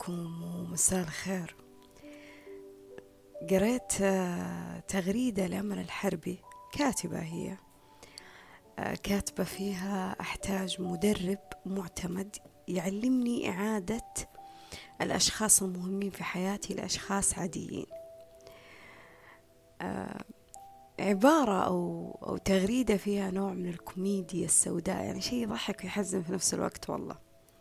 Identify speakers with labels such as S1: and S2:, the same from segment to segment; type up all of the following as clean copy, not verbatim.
S1: عليكم ومساء الخير. قريت تغريدة لأمل الحربي، كاتبة هي كاتبة فيها: أحتاج مدرب معتمد يعلمني إعادة الأشخاص المهمين في حياتي لأشخاص عاديين. عبارة أو تغريدة فيها نوع من الكوميديا السوداء، يعني شيء يضحك ويحزن في نفس الوقت والله.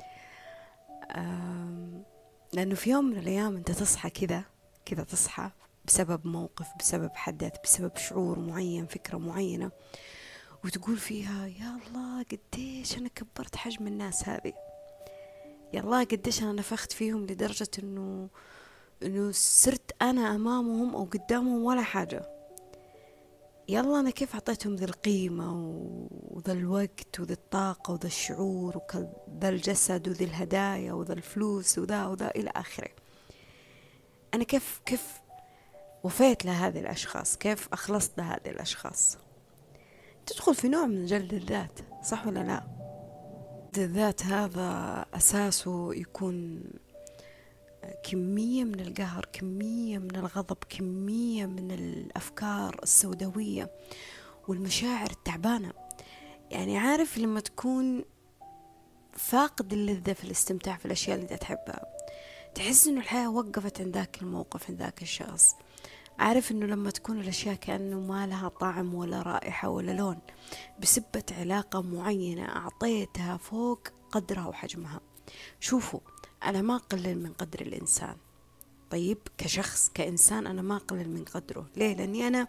S1: لأنه في يوم من الأيام أنت تصحى كذا تصحى بسبب موقف، بسبب حدث، بسبب شعور معين، فكرة معينة، وتقول فيها: يا الله قديش أنا كبرت حجم الناس هذه، يا الله قديش أنا نفخت فيهم لدرجة إنه صرت أنا أمامهم أو قدامهم ولا حاجة. يلا أنا كيف أعطيتهم ذي القيمة وذا الوقت وذي الطاقة وذا الشعور وذا الجسد وذي الهدايا وذا الفلوس وذا إلى آخره. أنا كيف وفيت لهذه الأشخاص، كيف أخلصت لهذه الأشخاص. تدخل في نوع من جلد الذات، صح ولا لا؟ الذات هذا أساسه يكون كمية من القهر، كمية من الغضب، كمية من الأفكار السوداوية والمشاعر التعبانة. يعني عارف لما تكون فاقد اللذة في الاستمتاع في الأشياء اللي أنت تحبها، تحس إنه الحياة وقفت عند ذاك الموقف، عند ذاك الشخص. عارف إنه لما تكون الأشياء كأنه ما لها طعم ولا رائحة ولا لون، بسبة علاقة معينة أعطيتها فوق قدرها وحجمها. شوفوا، أنا ما أقلل من قدر الإنسان، طيب كشخص كإنسان أنا ما أقلل من قدره. ليه؟ لأني أنا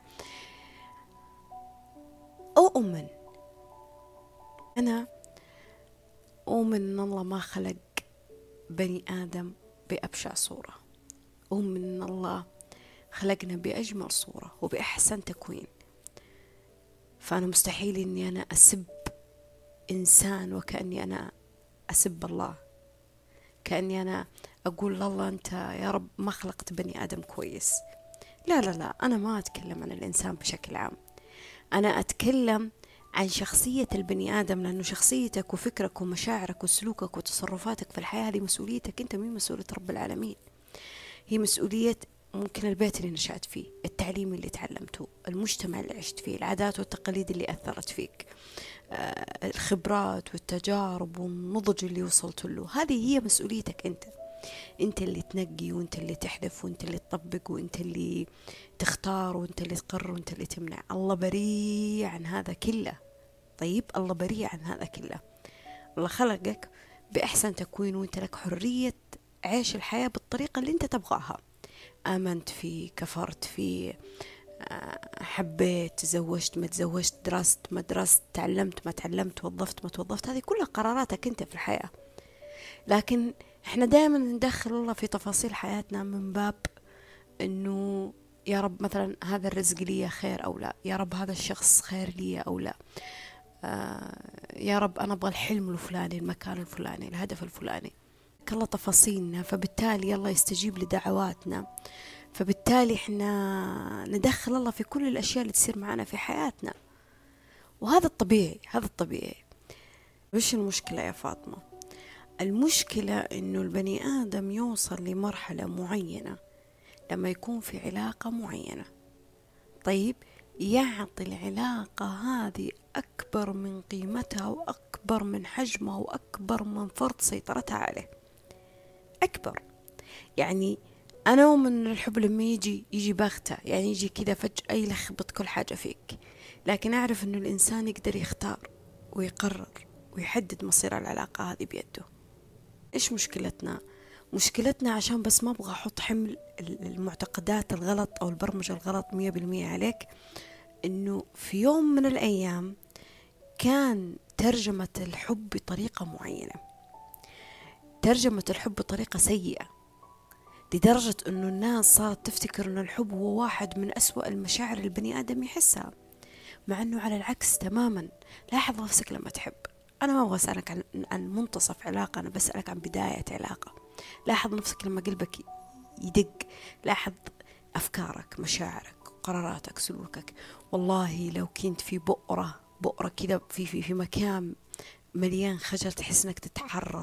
S1: أؤمن أن الله ما خلق بني آدم بأبشع صورة، أؤمن أن الله خلقنا بأجمل صورة وبأحسن تكوين. فأنا مستحيل أني أنا أسب إنسان وكأني أنا أسب الله، كأني أنا أقول لله أنت يا رب ما خلقت بني آدم كويس. لا لا لا، أنا ما أتكلم عن الإنسان بشكل عام، أنا أتكلم عن شخصية البني آدم، لأنه شخصيتك وفكرك ومشاعرك وسلوكك وتصرفاتك في الحياة هذه مسؤوليتك أنت، مين مسؤولية رب العالمين. هي مسؤولية ممكن البيت اللي نشأت فيه، التعليم اللي تعلمته، المجتمع اللي عشت فيه، العادات والتقاليد اللي أثرت فيك، الخبرات والتجارب والنضج اللي وصلت له. هذه هي مسؤوليتك أنت اللي تنقي، وأنت اللي تحذف، وأنت اللي تطبق، وأنت اللي تختار، وأنت اللي تقرر، وأنت اللي تمنع. الله بريء عن هذا كله. طيب الله بريء عن هذا كله. الله خلقك بأحسن تكوين، وأنت لك حرية عيش الحياة بالطريقة اللي أنت تبغاها. آمنت فيه، كفرت فيه، حبيت، تزوجت ما تزوجت، درست ما درست، تعلمت ما تعلمت، توظفت ما توظفت، هذه كلها قراراتك أنت في الحياة. لكن احنا دائما ندخل الله في تفاصيل حياتنا من باب انه يا رب مثلا هذا الرزق لي خير او لا، يا رب هذا الشخص خير لي او لا، يا رب انا ابغى الحلم الفلاني، المكان الفلاني، الهدف الفلاني. الله تفاصيلنا، فبالتالي الله يستجيب لدعواتنا، فبالتالي احنا ندخل الله في كل الاشياء اللي تصير معنا في حياتنا. وهذا الطبيعي، هذا الطبيعي. وش المشكلة يا فاطمة؟ المشكلة إنه البني آدم يوصل لمرحلة معينة لما يكون في علاقة معينة، طيب يعطي العلاقة هذه أكبر من قيمتها وأكبر من حجمها وأكبر من فرض سيطرتها عليه، أكبر. يعني أنا أؤمن إن الحب لما يجي باغتة، يعني يجي كذا فجأة يلخبط كل حاجة فيك، لكن أعرف إنه الإنسان يقدر يختار ويقرر ويحدد مصير العلاقة هذه بيده. إيش مشكلتنا؟ مشكلتنا عشان بس ما أبغى أحط حمل المعتقدات الغلط أو البرمجة الغلط 100% عليك، إنه في يوم من الأيام كان ترجمة الحب بطريقة معينة، ترجمة الحب بطريقة سيئة، لدرجة إنه الناس صارت تفتكر إنه الحب هو واحد من أسوأ المشاعر البني آدم يحسها، مع إنه على العكس تماما. لاحظ نفسك لما تحب. أنا ما أبغى أسألك عن منتصف علاقة، أنا بسألك عن بداية علاقة. لاحظ نفسك لما قلبك يدق، لاحظ أفكارك، مشاعرك، قراراتك، سلوكك. والله لو كنت في بؤرة كذا في مكان مليان خجل، تحس إنك تتحرر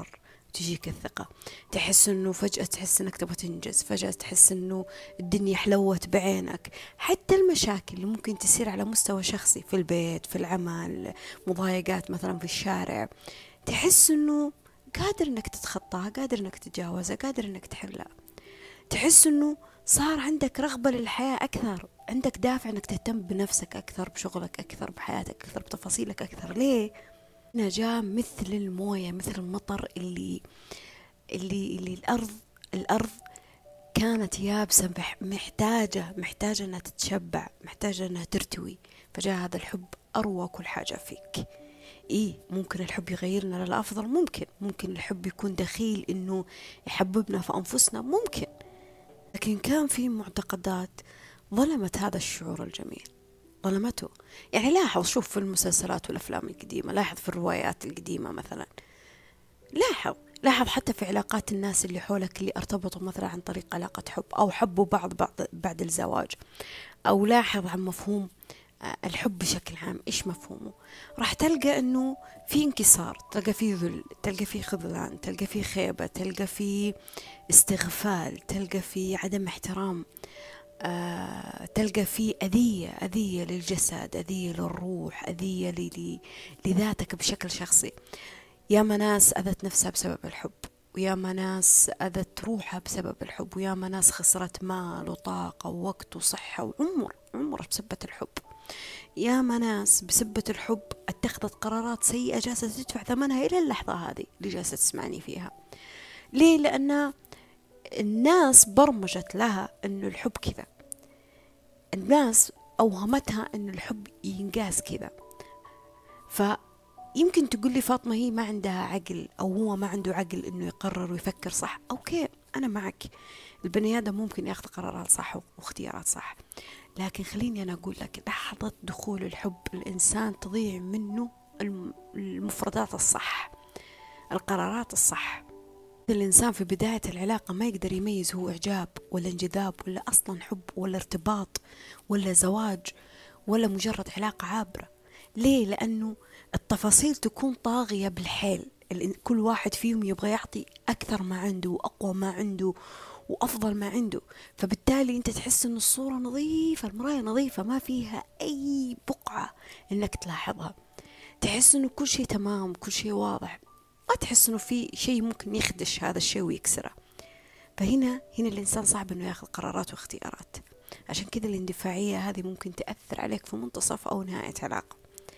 S1: وتجيك الثقة. تحس انه فجأة تحس انك تبغى تنجز، فجأة تحس انه الدنيا حلوت بعينك. حتى المشاكل اللي ممكن تصير على مستوى شخصي في البيت، في العمل، مضايقات مثلا في الشارع، تحس انه قادر انك تتخطاها، قادر انك تتجاوزها، قادر انك تحلها. تحس انه صار عندك رغبة للحياة اكثر، عندك دافع انك تهتم بنفسك اكثر، بشغلك اكثر، بحياتك اكثر، بتفاصيلك اكثر. ليه؟ هنا جاء مثل الموية، مثل المطر اللي الأرض كانت يابسة، محتاجة أنها تتشبع، محتاجة أنها ترتوي. فجاء هذا الحب أروى كل حاجة فيك. إيه، ممكن الحب يغيرنا للأفضل، ممكن الحب يكون دخيل إنه يحببنا في أنفسنا، ممكن. لكن كان في معتقدات ظلمت هذا الشعور الجميل، ظلمته. يعني لاحظ، شوف في المسلسلات والأفلام القديمة، لاحظ في الروايات القديمة مثلا، لاحظ حتى في علاقات الناس اللي حولك اللي ارتبطوا مثلا عن طريق علاقة حب أو حبوا بعد الزواج، أو لاحظ عن مفهوم الحب بشكل عام إيش مفهومه. راح تلقى أنه في انكسار، تلقى في ذل، تلقى في خذلان، تلقى في خيبة، تلقى في استغفال، تلقى في عدم احترام، تلقى في أذية للجسد، أذية للروح، أذية لذاتك بشكل شخصي. ياما ناس أذت نفسها بسبب الحب، وياما ناس أذت روحها بسبب الحب، وياما ناس خسرت مال وطاقة ووقت وصحة وعمر بسبة الحب. ياما ناس بسبة الحب اتخذت قرارات سيئة جالسة تدفع ثمنها إلى اللحظة هذه اللي جالسة تسمعني فيها. ليه؟ لأن الناس برمجت لها أنه الحب كذا، الناس أوهمتها أنه الحب ينقاس كذا. فيمكن تقول لي فاطمة هي ما عندها عقل، أو هو ما عنده عقل أنه يقرر ويفكر صح. أوكي، أنا معك، البني آدم ممكن ياخذ قرارات صح واختيارات صح، لكن خليني أنا أقول لك، لحظة دخول الحب الإنسان تضيع منه المفردات الصح، القرارات الصح. الإنسان في بداية العلاقة ما يقدر يميز هو إعجاب ولا انجذاب ولا أصلا حب ولا ارتباط ولا زواج ولا مجرد علاقة عابرة. ليه؟ لأنه التفاصيل تكون طاغية بالحيل، كل واحد فيهم يبغى يعطي أكثر ما عنده وأقوى ما عنده وأفضل ما عنده. فبالتالي أنت تحس أن الصورة نظيفة، المراية نظيفة، ما فيها أي بقعة أنك تلاحظها. تحس أنه كل شيء تمام، كل شيء واضح، ما تحس أنه في شيء ممكن يخدش هذا الشيء ويكسره. فهنا الإنسان صعب أنه ياخذ قرارات واختيارات. عشان كذا الاندفاعية هذه ممكن تأثر عليك في منتصف أو نهاية علاقة.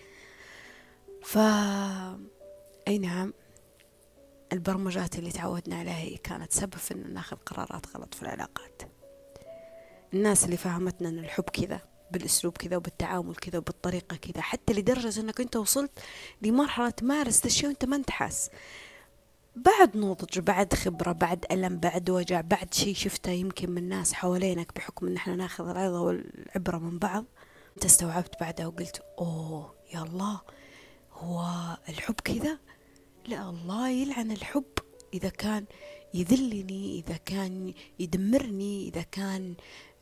S1: أي نعم، البرمجات اللي تعودنا عليها كانت سبب في أن ناخذ قرارات غلط في العلاقات. الناس اللي فهمتنا أن الحب كذا، بالأسلوب كذا، وبالتعامل كذا، وبالطريقة كذا، حتى لدرجة أنك أنت وصلت لمرحلة تمارس الشيء وأنت ما أنت حاس. بعد نضج، بعد خبرة، بعد ألم، بعد وجع، بعد شيء شفته يمكن من ناس حوالينك، بحكم أن احنا ناخذ العظة والعبرة من بعض، أنت استوعبت بعدها وقلت أوه يا الله، هو الحب كذا؟ لا، الله يلعن الحب إذا كان يذلني، إذا كان يدمرني، إذا كان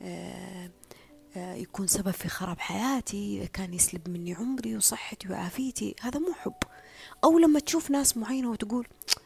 S1: يكون سبب في خراب حياتي، إذا كان يسلب مني عمري وصحتي وعافيتي. هذا مو حب. أو لما تشوف ناس معينة وتقول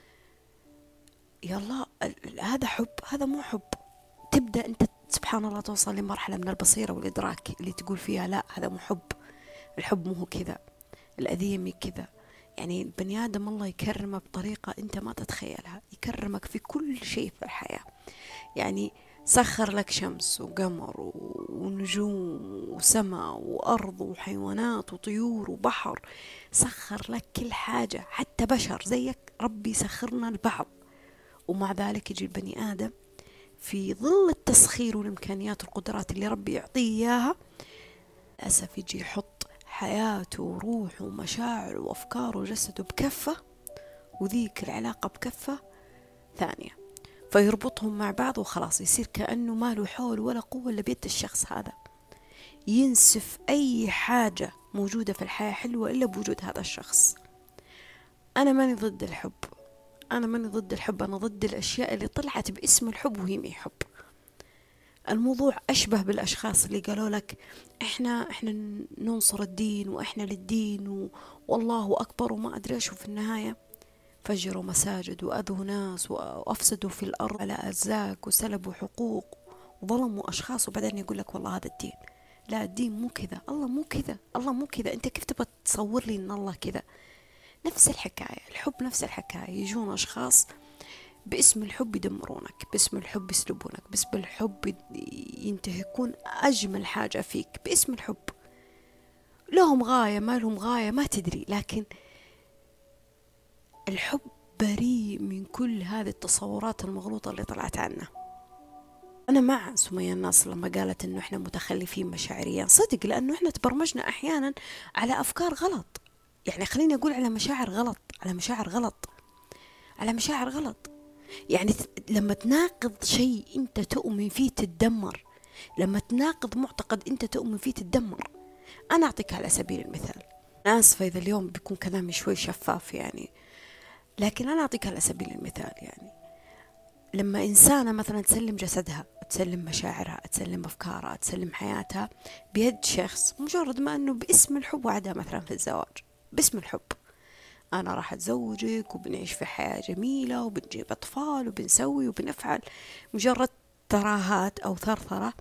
S1: يا الله هذا حب، هذا مو حب. تبدأ أنت سبحان الله توصل لمرحلة من البصيرة والإدراك اللي تقول فيها لا، هذا مو حب، الحب مو كذا، الأذية مي كذا. يعني البني آدم الله يكرمه بطريقة أنت ما تتخيلها، يكرمك في كل شيء في الحياة. يعني سخر لك شمس وقمر ونجوم وسماء وأرض وحيوانات وطيور وبحر، سخر لك كل حاجة، حتى بشر زيك ربي سخرنا البعض. ومع ذلك يجي البني آدم في ظل التسخير والإمكانيات والقدرات اللي ربي يعطيه إياها، للأسف يجي يحط حياته وروحه ومشاعره وأفكاره وجسده بكفة، وذيك العلاقة بكفة ثانية، فيربطهم مع بعض وخلاص يصير كأنه ما له حول ولا قوة إلا بيد الشخص هذا. ينسف أي حاجة موجودة في الحياة حلوة إلا بوجود هذا الشخص. أنا ماني ضد الحب، أنا ضد الأشياء اللي طلعت باسم الحب وهي مي حب. الموضوع أشبه بالأشخاص اللي قالوا لك إحنا ننصر الدين وإحنا للدين والله أكبر وما أدري إيش، وفي النهاية فجروا مساجد وأذوا ناس وأفسدوا في الأرض على أرزاق وسلبوا حقوق وظلموا أشخاص، وبعدين يقول لك والله هذا الدين. لا، الدين مو كذا، الله مو كذا، الله مو كذا. أنت كيف تبغى تصور لي إن الله كذا؟ نفس الحكاية، الحب نفس الحكاية. يجون أشخاص باسم الحب يدمرونك، باسم الحب يسلبونك، باسم الحب ينتهكون أجمل حاجة فيك باسم الحب. لهم غاية ما لهم غاية ما تدري، لكن الحب بريء من كل هذه التصورات المغلوطة اللي طلعت عنه. أنا مع سمية الناصر لما قالت إنه إحنا متخلفين مشاعريا، صدق، لأنه إحنا تبرمجنا أحيانا على أفكار غلط. يعني خليني أقول على مشاعر غلط، على مشاعر غلط، على مشاعر غلط. يعني لما تناقض شيء أنت تؤمن فيه تتدمر، لما تناقض معتقد أنت تؤمن فيه تتدمر. أنا أعطيك على سبيل المثال، أنا آسفة إذا اليوم بيكون كلامي شوي شفاف يعني، لكن أنا أعطيك على سبيل المثال. يعني لما إنسانة مثلا تسلم جسدها، تسلم مشاعرها، تسلم أفكارها، تسلم حياتها بيد شخص، مجرد ما أنه باسم الحب وعدها مثلا في الزواج، باسم الحب أنا راح أتزوجك وبنعيش في حياة جميلة وبنجيب أطفال وبنسوي وبنفعل، مجرد تراهات أو ثرثرة.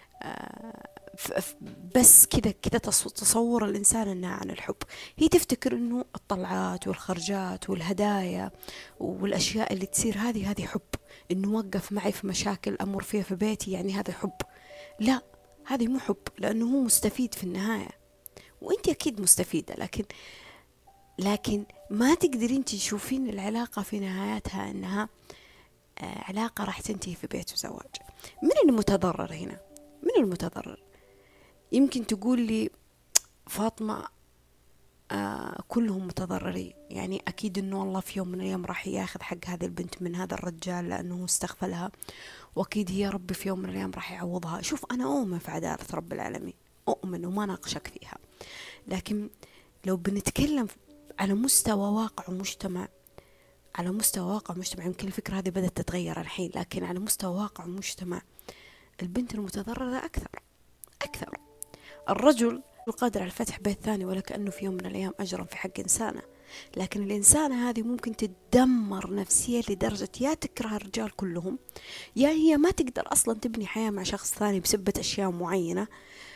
S1: بس كذا تصور الإنسان أنها عن الحب. هي تفتكر أنه الطلعات والخرجات والهدايا والأشياء اللي تصير هذه حب، أنه وقف معي في مشاكل أمر فيها في بيتي يعني هذا حب. لا، هذه مو حب، لأنه هو مستفيد في النهاية وأنت أكيد مستفيدة، لكن ما تقدرين انت تشوفين العلاقة في نهايتها أنها علاقة راح تنتهي في بيت وزواج. من المتضرر هنا؟ من المتضرر؟ يمكن تقول لي فاطمة كلهم متضررين، يعني أكيد أنه الله في يوم من الأيام راح ياخذ حق هذه البنت من هذا الرجال لأنه استغفلها، وأكيد هي ربي في يوم من الأيام راح يعوضها. شوف، أنا أؤمن في عدالة رب العالمين، أؤمن وما ناقشك فيها، لكن لو بنتكلم على مستوى واقع ومجتمع، على مستوى واقع ومجتمع، يمكن الفكرة هذه بدأت تتغير الحين، لكن على مستوى واقع ومجتمع البنت المتضررة أكثر. الرجل قادر على فتح بيت ثاني ولا كأنه في يوم من الأيام أجرم في حق إنسانة، لكن الإنسانة هذه ممكن تتدمر نفسيا لدرجة يا تكره الرجال كلهم، يا هي ما تقدر أصلا تبني حياة مع شخص ثاني بسبة أشياء معينة،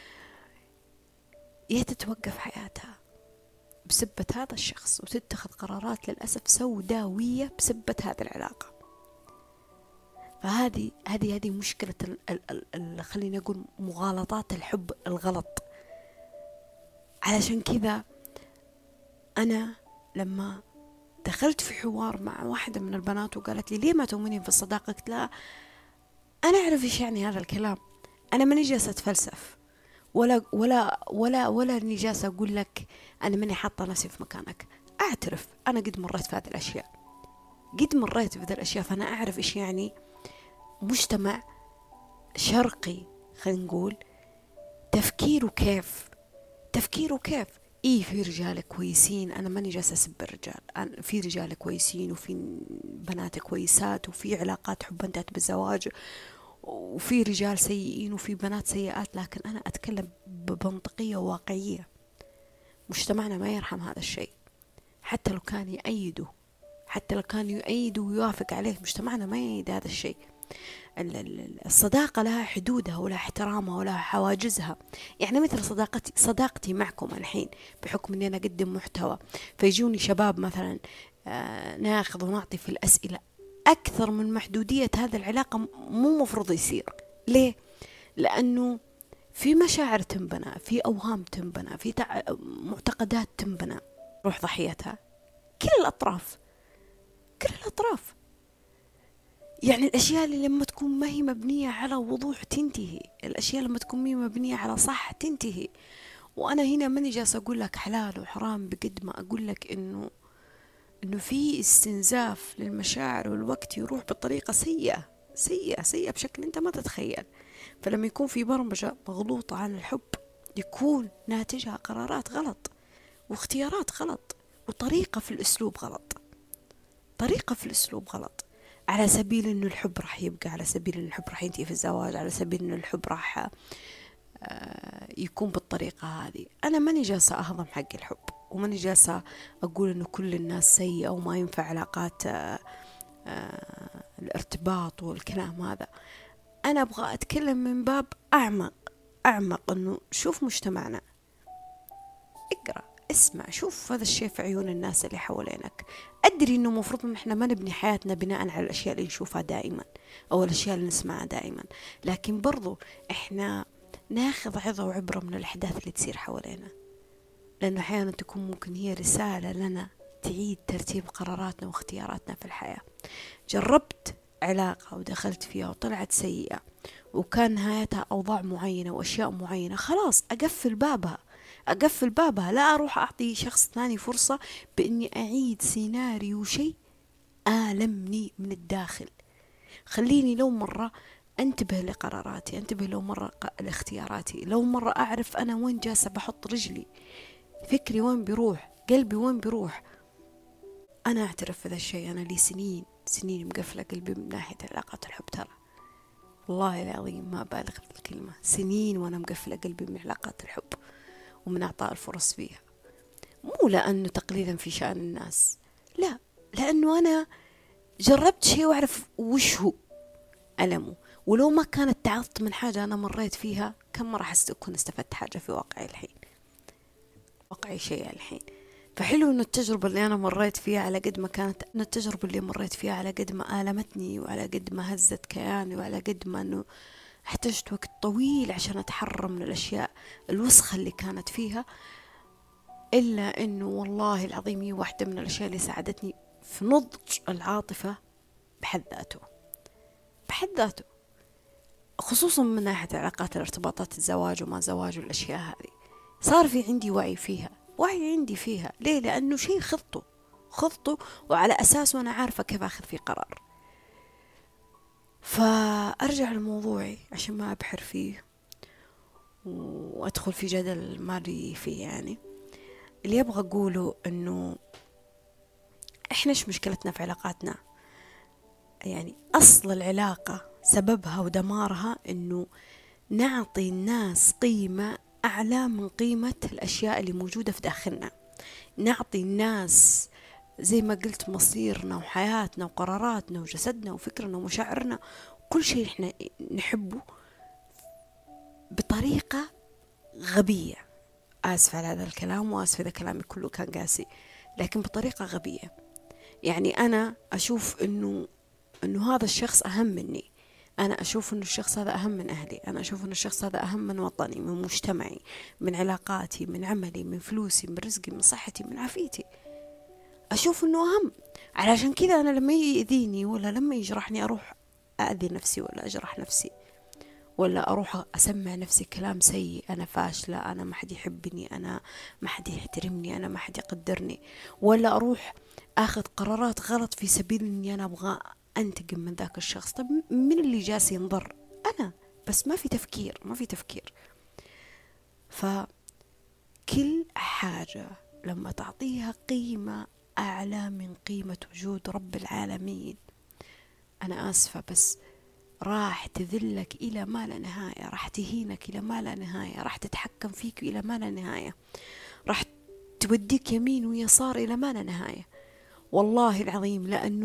S1: يا تتوقف حياتها بسبة هذا الشخص وتتخذ قرارات للأسف سوداوية بسبة هذه العلاقة. فهذه مشكلة خلينا نقول مغالطات الحب الغلط. علشان كذا أنا لما دخلت في حوار مع واحدة من البنات وقالت لي ليه ما تؤمنين في الصداقة، قلت لها أنا أعرف إيش يعني هذا الكلام، أنا ماني جالسة أتفلسف ولا إني جالسة أقول لك أنا ماني حاطة نفسي في مكانك. أعترف أنا قد مريت في هذه الأشياء، فأنا أعرف إيش يعني مجتمع شرقي، خلينا نقول تفكيره كيف. إيه، في رجال كويسين، أنا ماني جالسة أسب الرجال، في رجال كويسين وفي بنات كويسات وفي علاقات حب انتهت بالزواج وفي رجال سيئين وفي بنات سيئات، لكن أنا أتكلم بمنطقية وواقعية. مجتمعنا ما يرحم هذا الشيء، حتى لو كان يؤيده ويوافق عليه، مجتمعنا ما يؤيد هذا الشيء. الصداقة لها حدودها ولا احترامها ولا حواجزها. يعني مثل صداقتي معكم الحين، بحكم أني أنا أقدم محتوى، فيجوني شباب مثلا ناخذ ونعطي في الأسئلة أكثر من محدودية هذه العلاقة مو مفروض يصير. ليه؟ لأنه في مشاعر تنبنى، في أوهام تنبنى، في معتقدات تنبنى، روح ضحيتها كل الأطراف. يعني الأشياء اللي لما تكون ما هي مبنية على وضوح تنتهي، الأشياء لما تكون ما هي مبنية على صح تنتهي. وأنا هنا ماني جالسة أقول لك حلال وحرام، بقد ما أقول لك إنه في استنزاف للمشاعر والوقت يروح بطريقة سيئة بشكل أنت ما تتخيل. فلما يكون في برمجة مغلوطة عن الحب يكون ناتجها قرارات غلط واختيارات غلط وطريقة في الأسلوب غلط، على سبيل إنه الحب راح يبقى، على سبيل إنه الحب راح ينتهي في الزواج، على سبيل إنه الحب راح يكون بالطريقة هذه. أنا ماني جالسة أهضم حق الحب، وماني جالسة أقول إنه كل الناس سيئة وما ينفع علاقات الارتباط والكلام هذا. أنا أبغى أتكلم من باب أعمق إنه شوف مجتمعنا، اقرأ، اسمع، شوف هذا الشيء في عيون الناس اللي حوالينك. أدري إنه مفروض إن إحنا ما نبني حياتنا بناء على الأشياء اللي نشوفها دائما أو الأشياء اللي نسمعها دائما، لكن برضو إحنا ناخذ عظة وعبرة من الأحداث اللي تصير حوالينا، لأنه أحيانا تكون ممكن هي رسالة لنا تعيد ترتيب قراراتنا واختياراتنا في الحياة. جربت علاقة ودخلت فيها وطلعت سيئة وكان نهايتها أوضاع معينة وأشياء معينة، خلاص أقفل بابها، لا أروح أعطي شخص ثاني فرصة بإني أعيد سيناريو شيء آلمني من الداخل. خليني لو مرة انتبه لقراراتي، انتبه لو مرة لاختياراتي، لو مرة أعرف أنا وين جالسة بحط رجلي، فكري وين بيروح، قلبي وين بيروح. أنا أعترف بهذا الشيء، أنا لي سنين مقفلة قلبي من ناحية علاقات الحب، ترى والله العظيم ما بالغ في الكلمة، سنين وأنا مقفلة قلبي من علاقات الحب ومن أعطاء الفرص فيها. مو لأنه تقليلا في شأن الناس، لا، لأنه أنا جربت شيء وأعرف وش هو ألمه، ولو ما كانت تعظت من حاجة أنا مريت فيها كم مرة أكون استفدت حاجة في واقعي شيء الحين. فحلو إنه التجربة اللي أنا مريت فيها على قد ما كانت، إنه التجربة اللي مريت فيها على قد ما آلمتني وعلى قد ما هزت كياني وعلى قد ما إنه احتجت وقت طويل عشان أتحرر من الأشياء الوسخة اللي كانت فيها، إلا إنه والله العظيم هي واحدة من الأشياء اللي ساعدتني في نضج العاطفة بحد ذاته، خصوصا من ناحية علاقات الارتباطات، الزواج وما زواج والأشياء هذه. صار في عندي وعي عندي فيها. ليه؟ لأنه شيء خضته وعلى أساسه أنا عارفة كيف أخذ فيه قرار. فأرجع لموضوعي عشان ما أبحر فيه وأدخل في جدل ما لي فيه. يعني اللي أبغى أقوله أنه إحنا إيش مشكلتنا في علاقاتنا؟ يعني أصل العلاقة سببها ودمارها أنه نعطي الناس قيمة أعلى من قيمة الأشياء اللي موجودة في داخلنا. نعطي الناس زي ما قلت مصيرنا وحياتنا وقراراتنا وجسدنا وفكرنا ومشاعرنا، كل شيء إحنا نحبه بطريقة غبية. آسف على هذا الكلام وآسف إذا كلامي كله كان قاسي، لكن بطريقة غبية. يعني أنا أشوف إنه هذا الشخص أهم مني، أنا أشوف إنه الشخص هذا أهم من أهلي، أنا أشوف إنه الشخص هذا أهم من وطني، من مجتمعي، من علاقاتي، من عملي، من فلوسي، من رزقي، من صحتي، من عافيتي. أشوف إنه أهم. علشان كذا أنا لما يأذيني ولا لما يجرحني أروح أأذي نفسي ولا أجرح نفسي، ولا أروح أسمع نفسي كلام سيء، أنا فاشلة، أنا ما حد يحبني، أنا ما حد يحترمني، أنا ما حد يقدرني، ولا أروح أخذ قرارات غلط في سبيل إني أنا أبغى أنتقم من ذاك الشخص. طب من اللي جالس ينضر؟ أنا بس. ما في تفكير. فكل حاجة لما تعطيها قيمة أعلى من قيمة وجود رب العالمين، أنا آسفة بس راح تذلك إلى ما لا نهاية، راح تهينك إلى ما لا نهاية، راح تتحكم فيك إلى ما لا نهاية، راح توديك يمين ويسار إلى ما لا نهاية. والله العظيم.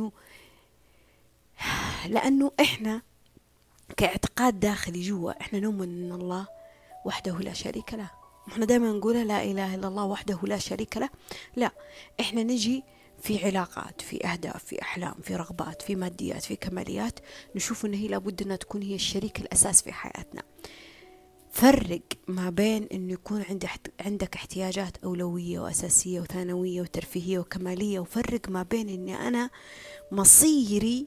S1: لأنه إحنا كاعتقاد داخلي جوا إحنا نؤمن أن الله وحده لا شريك له. إحنا دائما نقول لا إله إلا الله وحده لا شريك له. لا، إحنا نجي في علاقات، في أهداف، في أحلام، في رغبات، في ماديات، في كماليات، نشوف أنه هي لابد أنها تكون هي الشريك الأساس في حياتنا. فرق ما بين أنه يكون عندك احتياجات أولوية وأساسية وثانوية وترفيهية وكمالية، وفرق ما بين أني أنا مصيري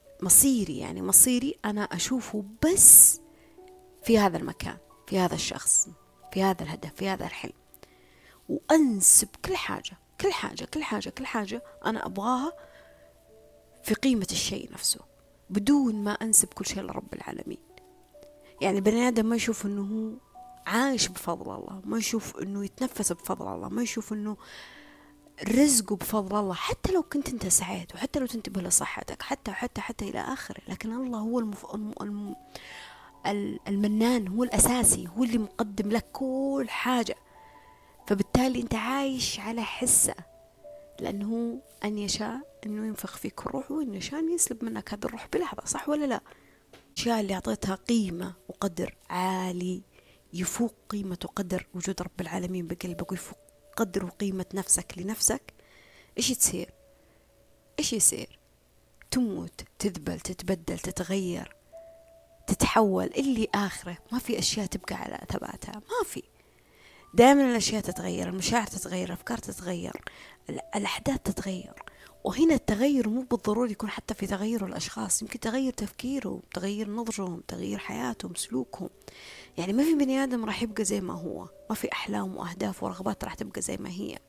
S1: أنا أشوفه بس في هذا المكان، في هذا الشخص، في هذا الهدف، في هذا الحلم، وأنسب كل حاجة أنا أبغاها في قيمة الشيء نفسه، بدون ما أنسب كل شيء لرب العالمين. يعني بني آدم ما يشوف أنه هو عايش بفضل الله، ما يشوف أنه يتنفس بفضل الله، ما يشوف أنه رزقه بفضل الله، حتى لو كنت أنت سعيد وحتى لو تنتبه لصحتك، حتى إلى آخره. لكن الله هو المنان، هو الأساسي، هو اللي مقدم لك كل حاجة. فبالتالي انت عايش على حسه، لأنه أن يشاء أنه ينفخ فيك الروح، وأن يشاء أن يسلب منك هذا الروح بلحظة، صح ولا لا؟ الأشياء اللي أعطيتها قيمة وقدر عالي يفوق قيمة وقدر وجود رب العالمين بقلبك، ويفوق قدر وقيمة نفسك لنفسك، إيش تصير؟ إيش يصير؟ تموت، تذبل، تتبدل، تتغير، تتحول اللي آخره. ما في أشياء تبقى على ثباتها، ما في. دائما الأشياء تتغير، المشاعر تتغير، الأفكار تتغير، الأحداث تتغير. وهنا التغير مو بالضروري يكون حتى في تغير الأشخاص، يمكن تغير تفكيرهم، تغير نظرهم، تغير حياتهم، سلوكهم. يعني ما في بني آدم راح يبقى زي ما هو، ما في أحلام وأهداف ورغبات راح تبقى زي ما هي.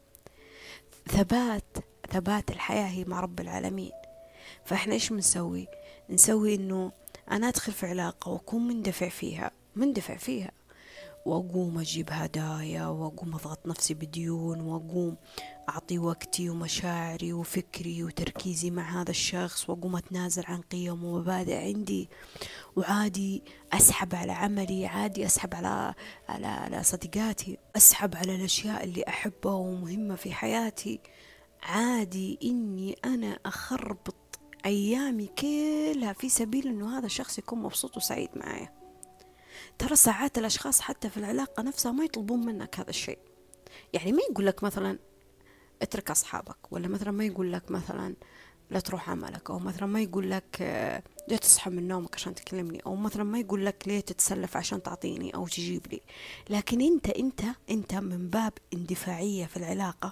S1: ثبات الحياة هي مع رب العالمين. فإحنا إيش نسوي إنه أنا أدخل في علاقة وأكون مندفع فيها، وأقوم أجيب هدايا، وأقوم أضغط نفسي بديون، وأقوم أعطي وقتي ومشاعري وفكري وتركيزي مع هذا الشخص، وأقوم أتنازل عن قيم ومبادئ عندي، وعادي أسحب على عملي، عادي أسحب على صديقاتي، أسحب على الأشياء اللي أحبها ومهمة في حياتي. عادي إني أنا أخربط أيامي كلها في سبيل إنه هذا الشخص يكون مبسوط وسعيد معايا. ترى ساعات الأشخاص حتى في العلاقة نفسها ما يطلبون منك هذا الشيء. يعني ما يقول لك مثلا اترك أصحابك، ولا مثلا ما يقول لك مثلا لا تروح عملك، أو مثلا ما يقول لك ليه تصحى من نومك عشان تكلمني، أو مثلا ما يقول لك ليه تتسلف عشان تعطيني أو تجيب لي. لكن أنت من باب اندفاعية في العلاقة،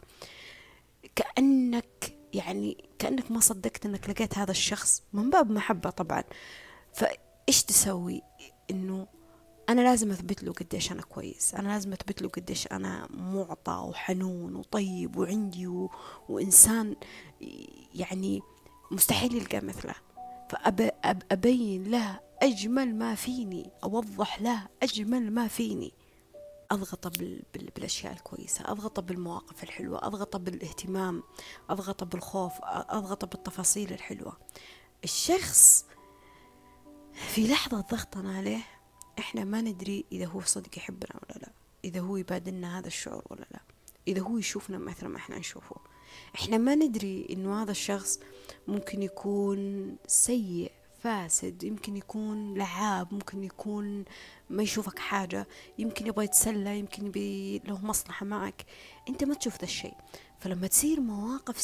S1: كأنك ما صدقت أنك لقيت هذا الشخص، من باب محبة طبعا. فإيش تسوي؟ إنه أنا لازم أثبت له قديش أنا كويس، أنا لازم أثبت له قديش أنا معطى وحنون وطيب وعندي وإنسان يعني مستحيل يلقى مثله. فأبين له أجمل ما فيني، أوضح له أجمل ما فيني، أضغط بالأشياء الكويسة، أضغط بالمواقف الحلوة، أضغط بالاهتمام، أضغط بالخوف، أضغط بالتفاصيل الحلوة. الشخص في لحظة ضغطنا عليه إحنا ما ندري إذا هو صدق يحبنا ولا لا، إذا هو يبادلنا هذا الشعور ولا لا، إذا هو يشوفنا مثل ما إحنا نشوفه. إحنا ما ندري إنه هذا الشخص ممكن يكون سيء فاسد، يمكن يكون لعاب، ممكن يكون ما يشوفك حاجة، يمكن يبغى يتسلى، يمكن يبي له مصلحة معك، أنت ما تشوف ذا الشيء. فلما تصير مواقف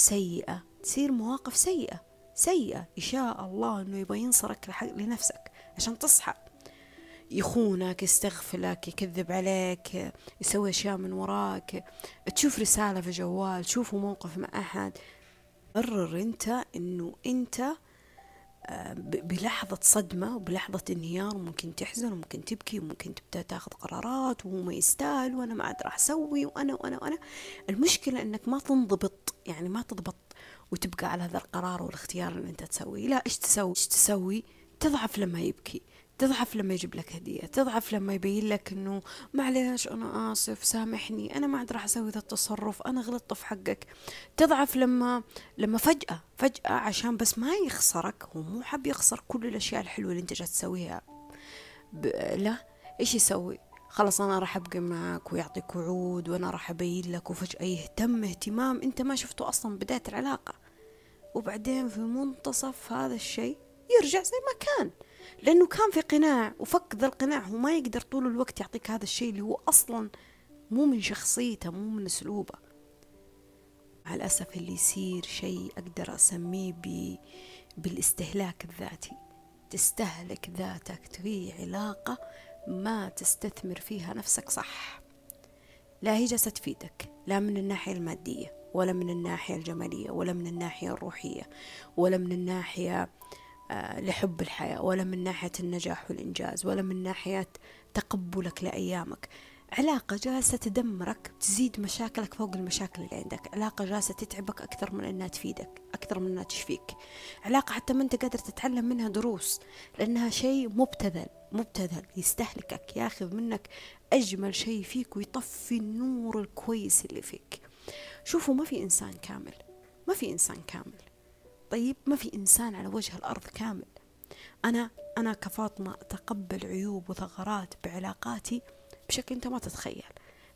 S1: سيئة يشاء الله أنه يبغى ينصرك لنفسك عشان تصحى، يخونك، يستغفلك، يكذب عليك، يسوي أشياء من وراك، تشوف رسالة في جوال، تشوفوا موقف مع أحد، قرر أنت أنه أنت بلحظة صدمة وبلحظة انهيار ممكن تحزن وممكن تبكي وممكن تبدأ تاخذ قرارات وهو ما يستاهل وأنا ما عاد راح أسوي وأنا. المشكلة أنك ما تنضبط، يعني ما تضبط وتبقى على هذا القرار والاختيار اللي أنت تسويه. لا، إيش تسوي؟ تضعف لما يبكي، تضعف لما يجيب لك هدية، تضعف لما يبين لك انه معليش انا اسف سامحني انا ما عاد راح اسوي ذا التصرف انا غلطت في حقك. تضعف لما فجأة عشان بس ما يخسرك، هو مو حاب يخسر كل الاشياء الحلوة اللي انت جالس تسويها. لا، ايش يسوي؟ خلاص انا راح ابقى معك ويعطيك وعود وانا راح ابين لك، وفجأة يهتم اهتمام انت ما شفته اصلا بداية العلاقة، وبعدين في منتصف هذا الشيء يرجع زي ما كان، لأنه كان في قناع وفك ذا القناع. هو ما يقدر طول الوقت يعطيك هذا الشيء اللي هو أصلا مو من شخصيته، مو من أسلوبه. مع الأسف اللي يصير شيء أقدر أسميه بالاستهلاك الذاتي. تستهلك ذاتك في علاقة ما تستثمر فيها نفسك صح، لا هي جالسة تفيدك، لا من الناحية المادية ولا من الناحية الجمالية ولا من الناحية الروحية ولا من الناحية لحب الحياة ولا من ناحية النجاح والإنجاز ولا من ناحية تقبلك لأيامك. علاقة جالسة تدمرك، تزيد مشاكلك فوق المشاكل اللي عندك. علاقة جالسة تتعبك أكثر من أنها تفيدك، أكثر من أنها تشفيك. علاقة حتى ما أنت قادر تتعلم منها دروس، لأنها شيء مبتذل يستهلكك، ياخذ منك أجمل شيء فيك ويطفي النور الكويس اللي فيك. شوفوا، ما في إنسان كامل. طيب، ما في إنسان على وجه الأرض كامل. أنا كفاطمة أتقبل عيوب وثغرات بعلاقاتي بشكل أنت ما تتخيل.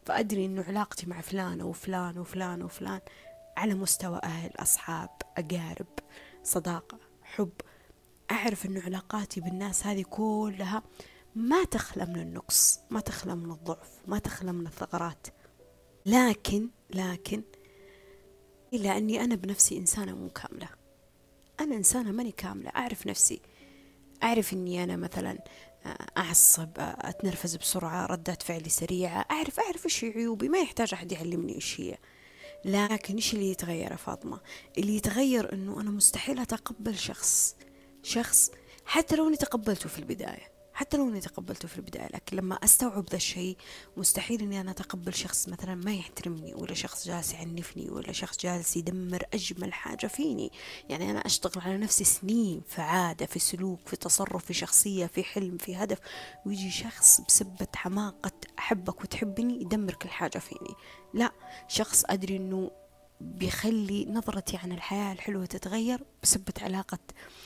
S1: فأدري إنه علاقتي مع فلان وفلان وفلان وفلان على مستوى أهل، أصحاب، أقارب، صداقة، حب، أعرف إنه علاقاتي بالناس هذه كلها ما تخلى من النقص، ما تخلى من الضعف، ما تخلى من الثغرات. لكن إلا أني أنا بنفسي إنسانة مو كاملة. أنا إنسانة ماني كاملة، أعرف نفسي، أعرف أني أنا مثلا أعصب، أتنرفز بسرعة، ردات فعلي سريعة، أعرف إيش عيوبي، ما يحتاج أحد يعلمني إيش هي. لكن إيش اللي يتغير يا فاطمة؟ اللي يتغير أنه أنا مستحيل أتقبل شخص حتى لو أني تقبلته في البداية، لكن لما أستوعب ذا الشيء مستحيل أني أنا أتقبل شخص مثلا ما يحترمني، ولا شخص جالس يعنفني، ولا شخص جالس يدمر أجمل حاجة فيني. يعني أنا أشتغل على نفسي سنين في عادة، في سلوك، في تصرف، في شخصية، في حلم، في هدف، ويجي شخص بسبة حماقة أحبك وتحبني يدمر كل حاجة فيني. لا، شخص أدري أنه بيخلي نظرتي عن الحياة الحلوة تتغير بسبة علاقة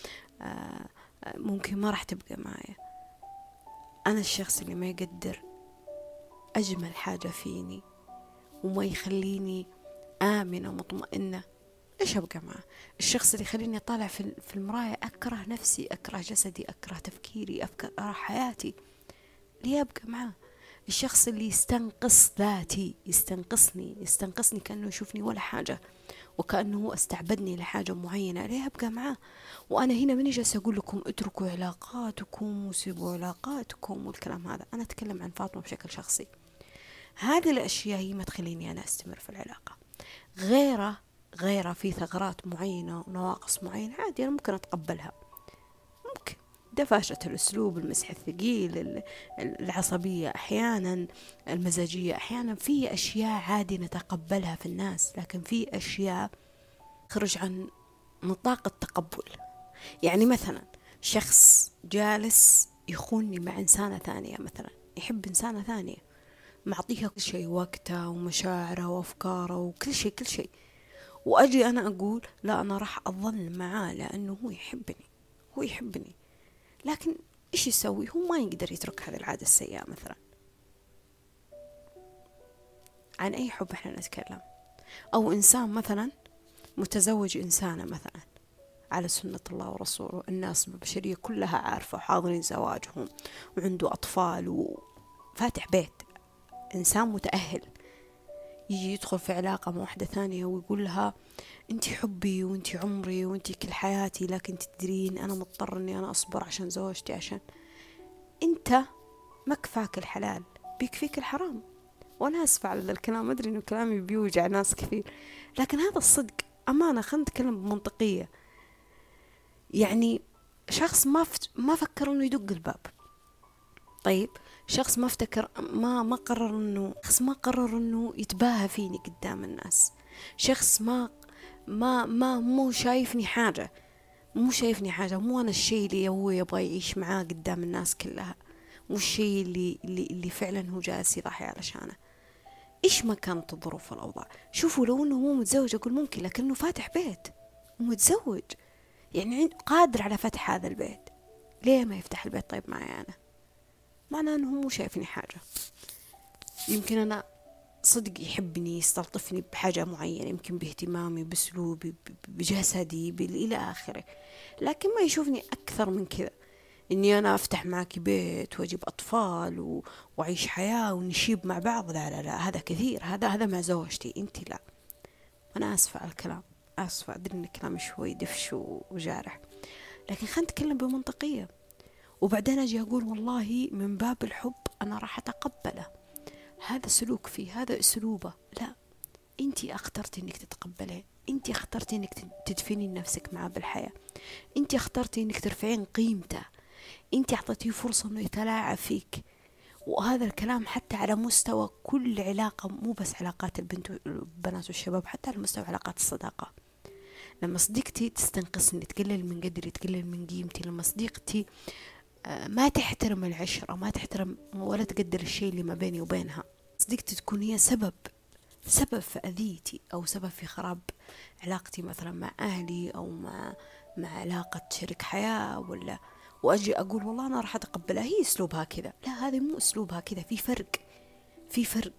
S1: ممكن ما راح تبقى معايا. أنا الشخص اللي ما يقدر أجمل حاجة فيني وما يخليني آمنة مطمئنة، إيش أبقى معه؟ الشخص اللي يخليني أطالع في المراية أكره نفسي، أكره جسدي، أكره تفكيري، أكره حياتي، ليه أبقى معه؟ الشخص اللي يستنقص ذاتي، يستنقصني كأنه يشوفني ولا حاجة، وكأنه هو استعبدني لحاجة معينة، ليه أبقى معاه؟ وأنا هنا ماني جالسة أقول لكم اتركوا علاقاتكم وسيبوا علاقاتكم والكلام هذا، أنا أتكلم عن فاطمة بشكل شخصي. هذه الأشياء هي ما تخليني أنا أستمر في العلاقة. غيره في ثغرات معينة ونواقص معينة عادي أنا ممكن أتقبلها، ممكن دفاشة الأسلوب، المسح الثقيل، العصبية أحيانا، المزاجية أحيانا، في أشياء عادي نتقبلها في الناس، لكن في أشياء خرج عن نطاق التقبل. يعني مثلا شخص جالس يخونني مع إنسانة ثانية، مثلا يحب إنسانة ثانية، معطيها كل شيء، وقته ومشاعره وأفكاره وكل شيء، وأجي أنا أقول لا أنا راح أظل معاه لأنه هو يحبني. لكن إيش يسوي؟ هو ما يقدر يترك هذه العادة السيئة. مثلا عن أي حب إحنا نتكلم؟ أو إنسان مثلا متزوج إنسانة مثلا على سنة الله ورسوله، الناس البشرية كلها عارفة وحاضرين زواجهم وعنده أطفال وفاتح بيت، إنسان متأهل، يجي يدخل في علاقة مع واحدة ثانية ويقول لها انتي حبي وانتي عمري وانتي كل حياتي، لكن تدرين أنا مضطر أني أنا أصبر عشان زوجتي، عشان انت ما كفاك الحلال بيكفيك الحرام. وأنا أسف على ذا الكلام، أدري إنه كلامي بيوجع ناس كثير، لكن هذا الصدق. أمانة خلينا نتكلم بمنطقية. يعني شخص ما فكر إنه يدق الباب، طيب شخص ما افتكر، ما قرر إنه، شخص ما قرر إنه يتباهى فيني قدام الناس، شخص ما مو شايفني حاجة، مو أنا الشيء اللي هو يبغى يعيش معاه قدام الناس كلها، مو الشيء اللي فعلا هو جالس يضحي علشانه. إيش ما كانت الظروف والأوضاع، شوفوا لو إنه هو متزوج أقول ممكن، لكنه فاتح بيت ومتزوج، يعني قادر على فتح هذا البيت، ليه ما يفتح البيت طيب معي أنا؟ معناه أنه مو شايفني حاجة. يمكن أنا صدق يحبني، يستلطفني بحاجة معينة، يمكن باهتمامي، بأسلوبي، بجسدي، إلى آخره، لكن ما يشوفني أكثر من كذا، إني أنا أفتح معك بيت وأجيب أطفال وأعيش حياة ونشيب مع بعض. لا لا لا، هذا كثير، هذا مع زوجتي، أنت لا. أنا آسفة على الكلام، آسفة، أدري إن كلامي شوي دفش وجارح، لكن خلينا نتكلم بمنطقية. وبعدين أجي أقول والله من باب الحب أنا راح أتقبله، هذا سلوك فيه، هذا أسلوبه، لا، أنتي اخترتي إنك تتقبلين، أنتي اخترتي إنك تدفنين نفسك معه بالحياة، أنتي اخترتي إنك ترفعين قيمته، أنتي أعطيتيه فرصة إنه يتلاعب فيك. وهذا الكلام حتى على مستوى كل علاقة، مو بس علاقات البنات والشباب، حتى على مستوى علاقات الصداقة. لما صديقتي تستنقصني، تقلل من قدري، تقلل من قيمتي، لما صديقتي ما تحترم العشرة، ما تحترم ولا تقدر الشيء اللي ما بيني وبينها، صديقتي تكون هي سبب في أذيتي، أو سبب في خراب علاقتي مثلا مع أهلي، أو مع علاقة شريك حياة، وأجي أقول والله أنا راح أتقبلها، هي أسلوبها كذا، لا، هذا مو أسلوبها كذا، في فرق.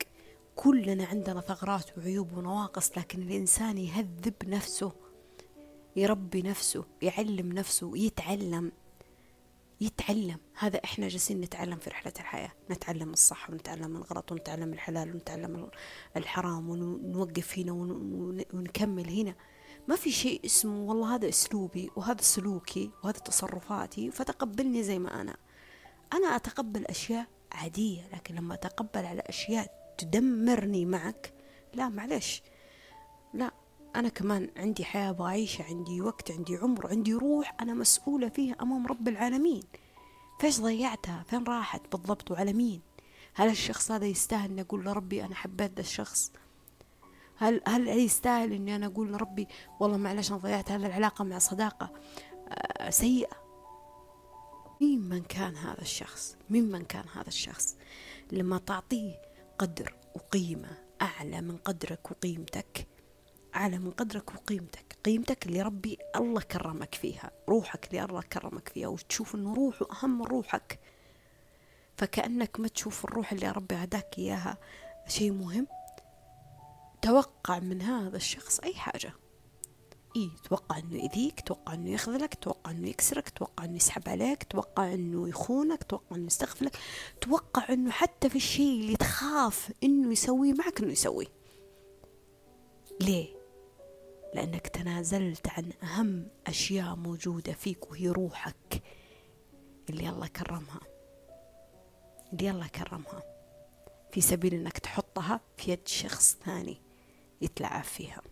S1: كلنا عندنا ثغرات وعيوب ونواقص، لكن الإنسان يهذب نفسه، يربي نفسه، يعلم نفسه، يتعلم. هذا إحنا جالسين نتعلم في رحلة الحياة، نتعلم الصح ونتعلم الغلط ونتعلم الحلال ونتعلم الحرام، ونوقف هنا ونكمل هنا. ما في شيء اسمه والله هذا أسلوبي وهذا سلوكي وهذا تصرفاتي فتقبلني زي ما أنا أتقبل أشياء عادية، لكن لما أتقبل على أشياء تدمرني معك، لا معلش، لا، أنا كمان عندي حياة بعيشة، عندي وقت، عندي عمر، عندي روح أنا مسؤولة فيها أمام رب العالمين. فيش ضيعتها؟ فين راحت بالضبط؟ وعلى مين؟ هل الشخص هذا يستاهل أن أقول لربي أنا حبيت ذا الشخص؟ هل يستاهل أني أنا أقول لربي والله معلش أنا ضيعت هذه العلاقة مع صداقة سيئة؟ ممن كان هذا الشخص لما تعطيه قدر وقيمة أعلى من قدرك وقيمتك، قيمتك اللي ربي الله كرمك فيها، روحك اللي الله كرمك فيها، وتشوف أنه روحه أهم من روحك، فكأنك ما تشوف الروح اللي ربي هداك إياها شيء مهم. توقع من هذا الشخص أي حاجة، توقع أنه يأذيك، توقع أنه يخذلك، توقع أنه يكسرك، توقع أنه يسحب عليك، توقع أنه يخونك، توقع أنه يستغفلك، توقع أنه حتى في الشيء اللي تخاف أنه يسويه معك أنه يسويه. ليه؟ لأنك تنازلت عن أهم أشياء موجودة فيك، وهي روحك اللي الله كرمها في سبيل أنك تحطها في يد شخص ثاني يتلعب فيها.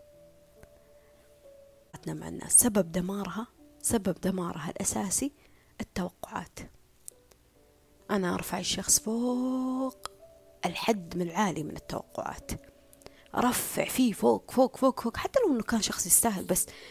S1: مع الناس سبب دمارها الأساسي التوقعات. أنا أرفع الشخص فوق الحد من العالي من التوقعات، أرفع فيه فوق فوق فوق فوق، حتى لو أنه كان شخص يستاهل،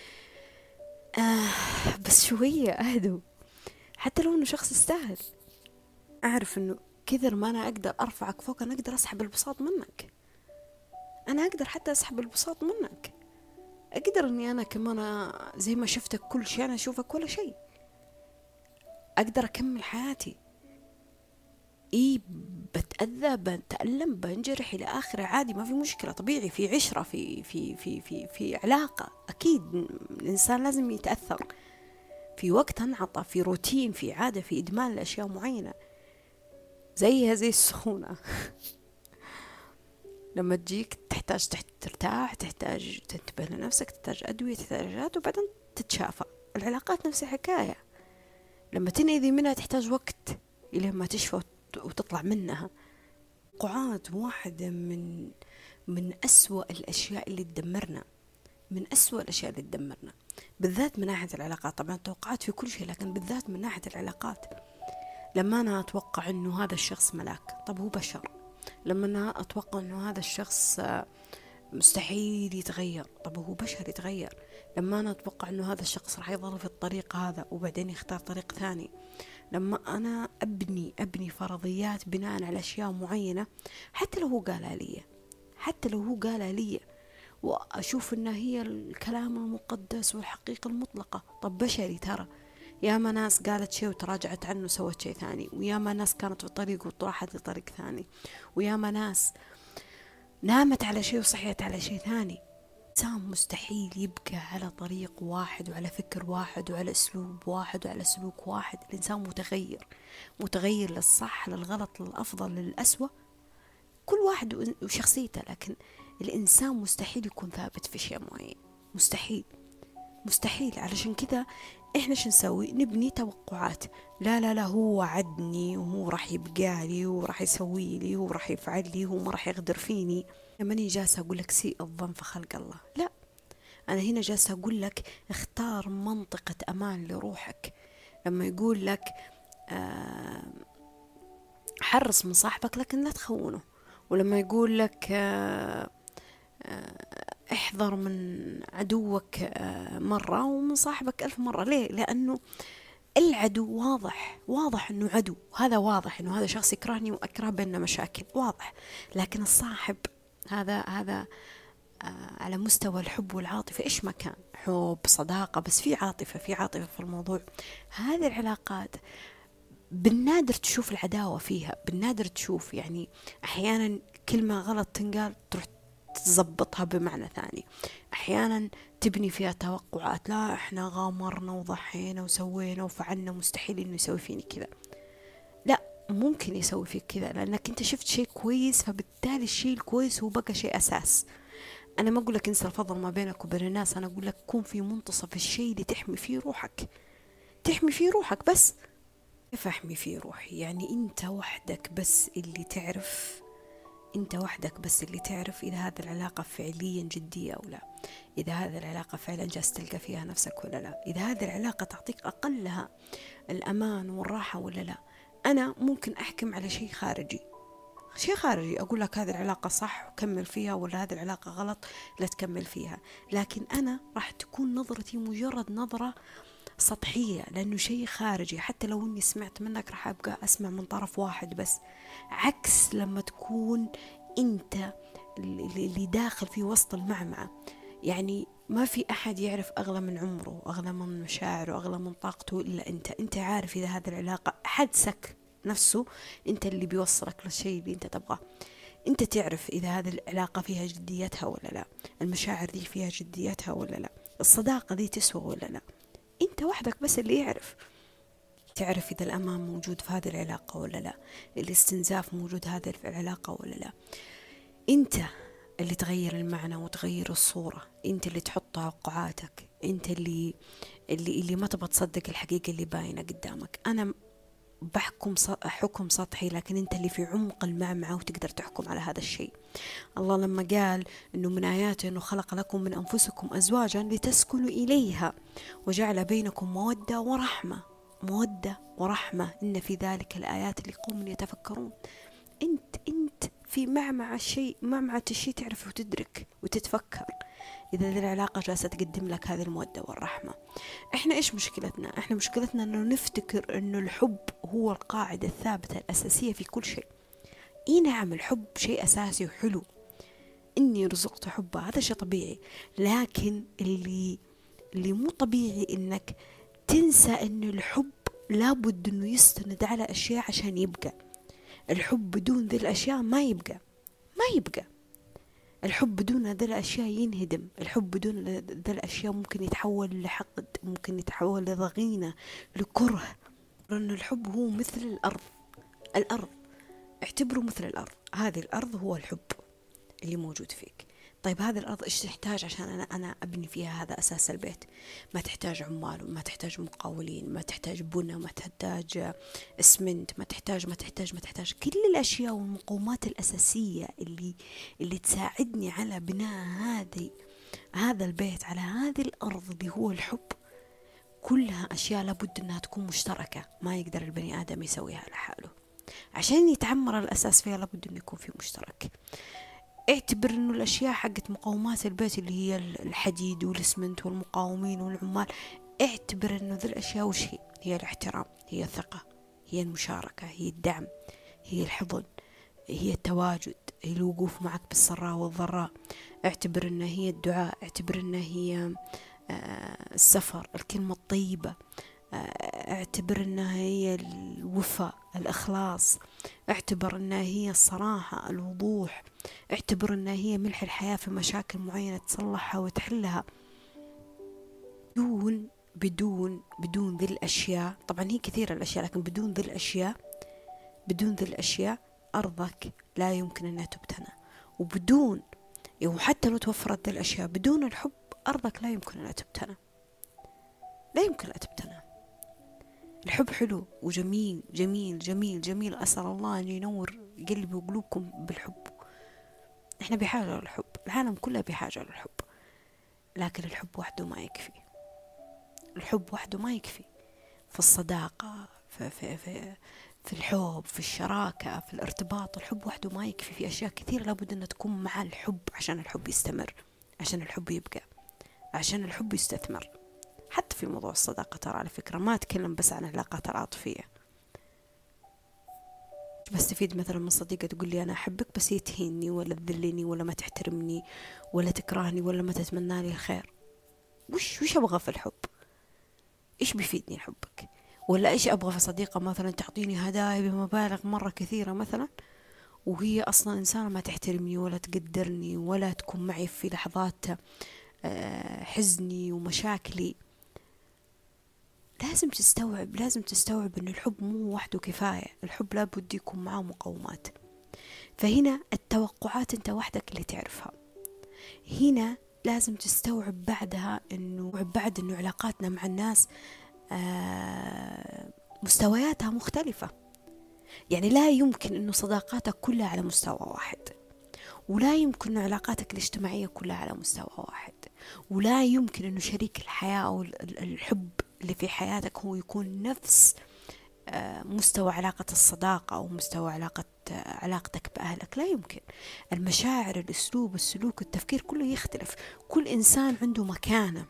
S1: بس شوية أهدوا. حتى لو أنه شخص يستاهل، أعرف أنه كثر ما أنا أقدر أرفعك فوق، أنا أقدر أسحب البساط منك، أنا أقدر حتى أسحب البساط منك، أقدر أني أنا كمان زي ما شفتك كل شيء أنا أشوفك ولا شيء، أقدر أكمل حياتي. بتأذى، بتألم، بنجرح إلى آخره، عادي، ما في مشكلة، طبيعي، في عشرة، في علاقة، أكيد الإنسان لازم يتأثر في وقت انعطى، في روتين، في عادة، في إدمان لأشياء معينة، زي السخونة. لما تجيك تحتاج ترتاح، تحتاج تنتبه لنفسك، تحتاج أدوية، تحتاج علاجات، وبعدين تتشافى. العلاقات نفس الحكاية، لما تنأذي منها تحتاج وقت إلى ما تشفى وتطلع منها. توقعات واحدة من أسوأ الأشياء اللي تدمرنا، بالذات من ناحية العلاقات. طبعا توقعات في كل شيء، لكن بالذات من ناحية العلاقات. لما أنا أتوقع أنه هذا الشخص ملاك، طب هو بشر. لما أنا أتوقع أنه هذا الشخص مستحيل يتغير، طب هو بشر يتغير. لما أنا أتوقع أنه هذا الشخص راح يظل في الطريق هذا وبعدين يختار طريق ثاني. لما أنا أبني فرضيات بناء على أشياء معينة، حتى لو هو قال لي وأشوف أنها هي الكلام المقدس والحقيقة المطلقة. طب بشري ترى، ياما ناس قالت شيء وتراجعت عنه وسوت شيء ثاني، وياما ناس كانت في طريق وطرحت لطريق ثاني، وياما ناس نامت على شيء وصحيت على شيء ثاني. إنسان مستحيل يبقى على طريق واحد وعلى فكر واحد وعلى أسلوب واحد وعلى سلوك واحد. الإنسان متغير للصح، للغلط، للأفضل، للأسوأ، كل واحد وشخصيته. لكن الإنسان مستحيل يكون ثابت في شيء معين، مستحيل. علشان كذا إحنا شو نسوي؟ نبني توقعات. لا هو وعدني، وهو راح يبقى لي، وراح يسوي لي، وراح يفعل لي، وما راح يغدر فيني. ماني جالسة أقول لك سيء الظن في خلق الله، لا، أنا هنا جالسة أقول لك اختار منطقة أمان لروحك. لما يقول لك حرص من صاحبك لكن لا تخونه، ولما يقول لك احذر من عدوك مرة ومن صاحبك 1000 مرة. ليه؟ لأنه العدو واضح أنه عدو، هذا واضح أنه هذا شخص يكرهني وأكره، بيننا مشاكل، واضح. لكن الصاحب هذا على مستوى الحب والعاطفة، إيش ما كان، حب، صداقة، بس في عاطفة في الموضوع. هذه العلاقات بالنادر تشوف العداوة فيها، بالنادر تشوف، يعني أحيانا كلمة غلط تنقال تروح تزبطها بمعنى ثاني. أحيانا تبني فيها توقعات، لا إحنا غامرنا وضحينا وسوينا وفعلنا، مستحيل إنه يسوي فيني كذا. لا، ممكن يسوي فيك كذا لأنك أنت شفت شيء كويس، فبالتالي الشيء الكويس هو بقى شيء أساس. أنا ما أقول لك انسى الفضل ما بينك وبين الناس، أنا أقول لك كون في منتصف الشيء اللي تحمي فيه روحك، تحمي فيه روحك بس. كيف أحمي فيه روحي؟ يعني أنت وحدك بس اللي تعرف، أنت وحدك بس اللي تعرف إذا هذه العلاقة فعليا جدية أو لا، إذا هذه العلاقة فعلا جالس تلقى فيها نفسك ولا لا، إذا هذه العلاقة تعطيك أقلها الأمان والراحة ولا لا. أنا ممكن أحكم على شيء خارجي، شيء خارجي، أقول لك هذه العلاقة صح وكمل فيها، ولا هذه العلاقة غلط لا تكمل فيها. لكن أنا راح تكون نظرتي مجرد نظرة سطحية، لأنه شيء خارجي. حتى لو إني سمعت منك راح أبقى أسمع من طرف واحد بس، عكس لما تكون أنت اللي داخل في وسط المعمعة. يعني ما في أحد يعرف أغلى من عمره، أغلى من مشاعره، أغلى من طاقته إلا أنت. أنت عارف إذا هذه العلاقة، حدسك نفسه أنت اللي بيوصلك للشيء اللي أنت تبغاه. أنت تعرف إذا هذه العلاقة فيها جديتها ولا لا، المشاعر دي فيها جديتها ولا لا، الصداقة دي تسوى ولا لا. أنت وحدك بس اللي يعرف. تعرف إذا الأمان موجود في هذه العلاقة ولا لا، الاستنزاف موجود هذه في العلاقة ولا لا. أنت اللي تغير المعنى وتغير الصورة، أنت اللي تحط توقعاتك، أنت اللي ما تبغى تصدق الحقيقة اللي باينة قدامك. أنا بحكم حكم سطحي، لكن أنت اللي في عمق المعمعة وتقدر تحكم على هذا الشيء. الله لما قال إنه من آياته إنه خلق لكم من أنفسكم أزواجا لتسكنوا إليها وجعل بينكم مودة ورحمة، مودة ورحمة، إن في ذلك الآيات لقوم يتفكرون. أنت في معمعة الشيء تعرف وتدرك وتتفكر إذا ذي العلاقة جالسة تقدم لك هذه المودة والرحمة. إحنا إيش مشكلتنا؟ إحنا مشكلتنا إنه نفتكر إنه الحب هو القاعدة الثابتة الأساسية في كل شيء. إيه نعم، الحب شيء أساسي وحلو، إني رزقت حبه، هذا شيء طبيعي. لكن اللي مو طبيعي إنك تنسى إنه الحب لابد إنه يستند على أشياء عشان يبقى. الحب بدون ذي الأشياء ما يبقى. الحب بدون ذي الأشياء ينهدم. الحب بدون ذي الأشياء ممكن يتحول لحقد، ممكن يتحول لضغينة، لكره. لأن الحب هو مثل الأرض، اعتبره مثل الأرض. هذه الأرض هو الحب اللي موجود فيك. طيب هذه الأرض إيش تحتاج عشان أنا أبني فيها هذا أساس البيت؟ ما تحتاج عمال، ما تحتاج مقاولين، ما تحتاج بناء، ما تحتاج اسمنت، ما تحتاج كل الأشياء والمقومات الأساسية اللي تساعدني على بناء هذا البيت على هذه الأرض اللي هو الحب. كلها أشياء لابد أنها تكون مشتركة، ما يقدر البني آدم يسويها لحاله. عشان يتعمر الأساس فيها لابد أن يكون في مشترك. اعتبر انه الاشياء حقت مقومات البيت اللي هي الحديد والاسمنت والمقاومين والعمال، اعتبر انه ذي الاشياء وش هي الاحترام، هي الثقة، هي المشاركة، هي الدعم، هي الحضن، هي التواجد، هي الوقوف معك بالسراء والضراء. اعتبر انها هي الدعاء، اعتبر انها هي السفر، الكلمة الطيبة، اعتبر انها هي الوفاء، الاخلاص، اعتبر انها هي الصراحة، الوضوح، اعتبر انها هي ملح الحياة في مشاكل معينة تصلحها وتحلها. بدون ذي الاشياء، طبعا هي كثيرة الاشياء، لكن بدون ذي الاشياء ارضك لا يمكن انها تبتنى. وحتى لو توفرت ذي الاشياء بدون الحب، ارضك لا يمكن انها تبتنى، لا يمكن أن تبتنى. الحب حلو وجميل جميل جميل جميل. أسأل الله أن ينور قلبي وقلوبكم بالحب. إحنا بحاجة للحب، العالم كله بحاجة للحب، لكن الحب وحده ما يكفي. الحب وحده ما يكفي. في الصداقة، في الحب، في الشراكة، في الارتباط، الحب وحده ما يكفي. في أشياء كثيرة لابد أن تكون مع الحب عشان الحب يستمر، عشان الحب يبقى، عشان الحب يستثمر. حتى في موضوع الصداقة ترى، على فكرة ما أتكلم بس عن العلاقات العاطفية. بستفيد مثلا من صديقة تقول لي أنا أحبك بس هي تهيني ولا تذلني ولا ما تحترمني ولا تكرهني ولا ما تتمنى لي الخير. وش أبغى في الحب؟ إيش بيفيدني حبك؟ ولا إيش أبغى في صديقة مثلا تعطيني هدايا بمبالغ مرة كثيرة مثلا وهي أصلا إنسانة ما تحترمني ولا تقدرني ولا تكون معي في لحظات حزني ومشاكلي. لازم تستوعب أن الحب مو وحده كفاية، الحب لابد يكون معه مقومات. فهنا التوقعات أنت وحدك اللي تعرفها. هنا لازم تستوعب بعدها أنه علاقاتنا مع الناس مستوياتها مختلفة. يعني لا يمكن أنه صداقاتك كلها على مستوى واحد، ولا يمكن أنه علاقاتك الاجتماعية كلها على مستوى واحد، ولا يمكن أنه شريك الحياة أو الحب اللي في حياتك هو يكون نفس مستوى علاقة الصداقة أو مستوى علاقتك بأهلك. لا يمكن. المشاعر، الأسلوب، السلوك، التفكير كله يختلف. كل إنسان عنده مكانة،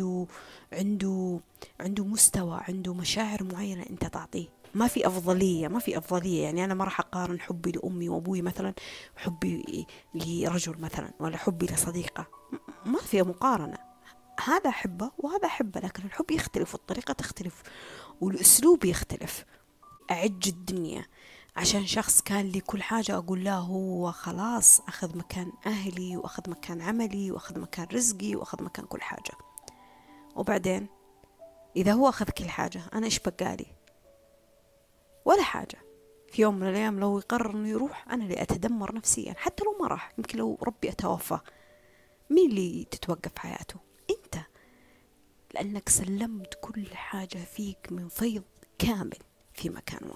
S1: عنده مستوى، عنده مشاعر معينة أنت تعطيه. ما في أفضلية. يعني أنا ما راح أقارن حبي لأمي وأبوي مثلا حبي لرجل مثلا، ولا حبي لصديقة. ما في مقارنة. هذا أحبه وهذا أحبه، لكن الحب يختلف والطريقة تختلف والأسلوب يختلف. أعج الدنيا عشان شخص كان لي كل حاجة أقول له هو خلاص أخذ مكان أهلي وأخذ مكان عملي وأخذ مكان رزقي وأخذ مكان كل حاجة. وبعدين إذا هو أخذ كل حاجة أنا إيش بقالي؟ ولا حاجة. في يوم من الأيام لو يقرر أنه يروح أنا اللي أتدمر نفسيا. حتى لو ما راح، يمكن لو ربي أتوفى، مين اللي تتوقف حياته؟ أنت، لأنك سلمت كل حاجة فيك من فيض كامل في مكان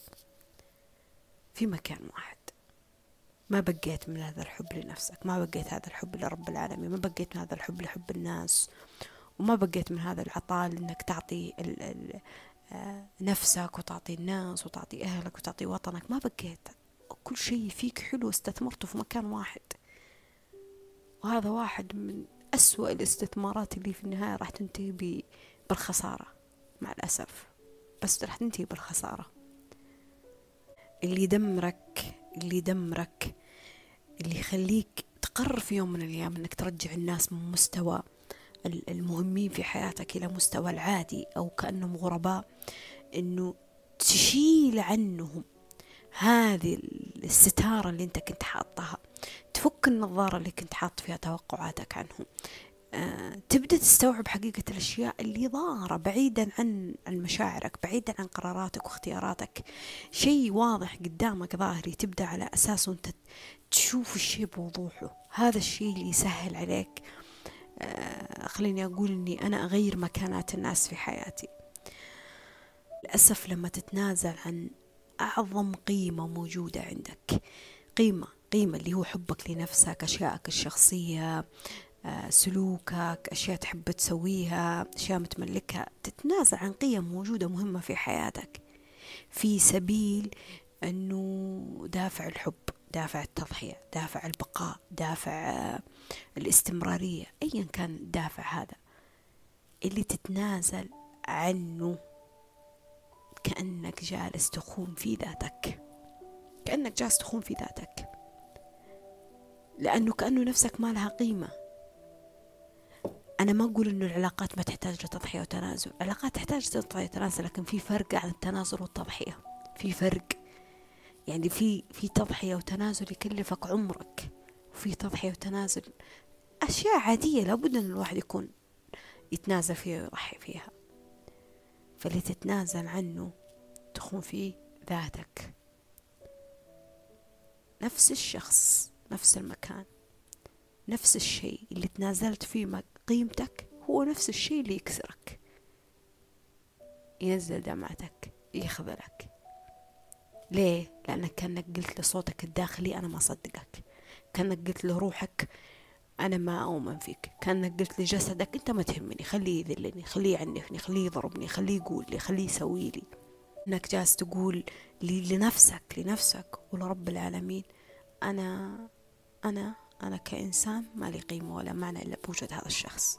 S1: واحد. ما بقيت من هذا الحب لنفسك، ما بقيت هذا الحب لرب العالمين، ما بقيت من هذا الحب لحب الناس، وما بقيت من هذا العطاء انك تعطي نفسك وتعطي الناس وتعطي اهلك وتعطي وطنك. ما بقيت. كل شيء فيك حلو استثمرته في مكان واحد، وهذا واحد من أسوأ الاستثمارات اللي في النهاية راح تنتهي بالخسارة مع الأسف. بس راح تنتهي بالخسارة. اللي يدمرك اللي يخليك تقرر في يوم من الأيام أنك ترجع الناس من مستوى المهمين في حياتك إلى مستوى العادي أو كأنهم غرباء، أنه تشيل عنهم هذه الستارة اللي أنت كنت حاطها، تفك النظارة اللي كنت حاط فيها توقعاتك عنهم، تبدأ تستوعب حقيقة الأشياء اللي ظاهرة بعيدا عن مشاعرك، بعيدا عن قراراتك واختياراتك. شيء واضح قدامك ظاهري تبدأ على أساسه أنت تشوف الشيء بوضوحه. هذا الشيء اللي يسهل عليك خليني أقول أني أنا أغير مكانات الناس في حياتي. للأسف لما تتنازل عن أعظم قيمة موجودة عندك، قيمة اللي هو حبك لنفسك، أشيائك الشخصية، سلوكك، أشياء تحب تسويها، أشياء متملكها، تتنازل عن قيم موجودة مهمة في حياتك في سبيل أنه دافع الحب، دافع التضحية، دافع البقاء، دافع الاستمرارية، أيا كان الدافع هذا اللي تتنازل عنه. كأنك جالس تخون في ذاتك، لأنه كأنه نفسك ما لها قيمة. أنا ما أقول إنه العلاقات ما تحتاج لتضحية وتنازل، العلاقات تحتاج لتضحية وتنازل، لكن في فرق عن التنازل والتضحية. في فرق. يعني في تضحية وتنازل يكلفك عمرك، وفي تضحية وتنازل أشياء عادية لابد أن الواحد يكون يتنازل فيها ويضحي فيها. فاللي تتنازل عنه تخون فيه ذاتك. نفس الشخص، نفس المكان، نفس الشيء اللي تنازلت فيه قيمتك هو نفس الشيء اللي يكسرك، ينزل دمعتك، يخذلك. ليه؟ لأنك كأنك قلت لصوتك الداخلي أنا ما صدقك، كأنك قلت لروحك أنا ما أؤمن فيك، كأنك قلت لجسدك أنت ما تهمني، خليه يذلني، خليه يعنفني، خليه يضربني، خليه يقول لي، خليه يسوي لي. أنك جالس تقول لنفسك ولرب العالمين أنا كإنسان ما لي قيمة ولا معنى إلا بوجود هذا الشخص،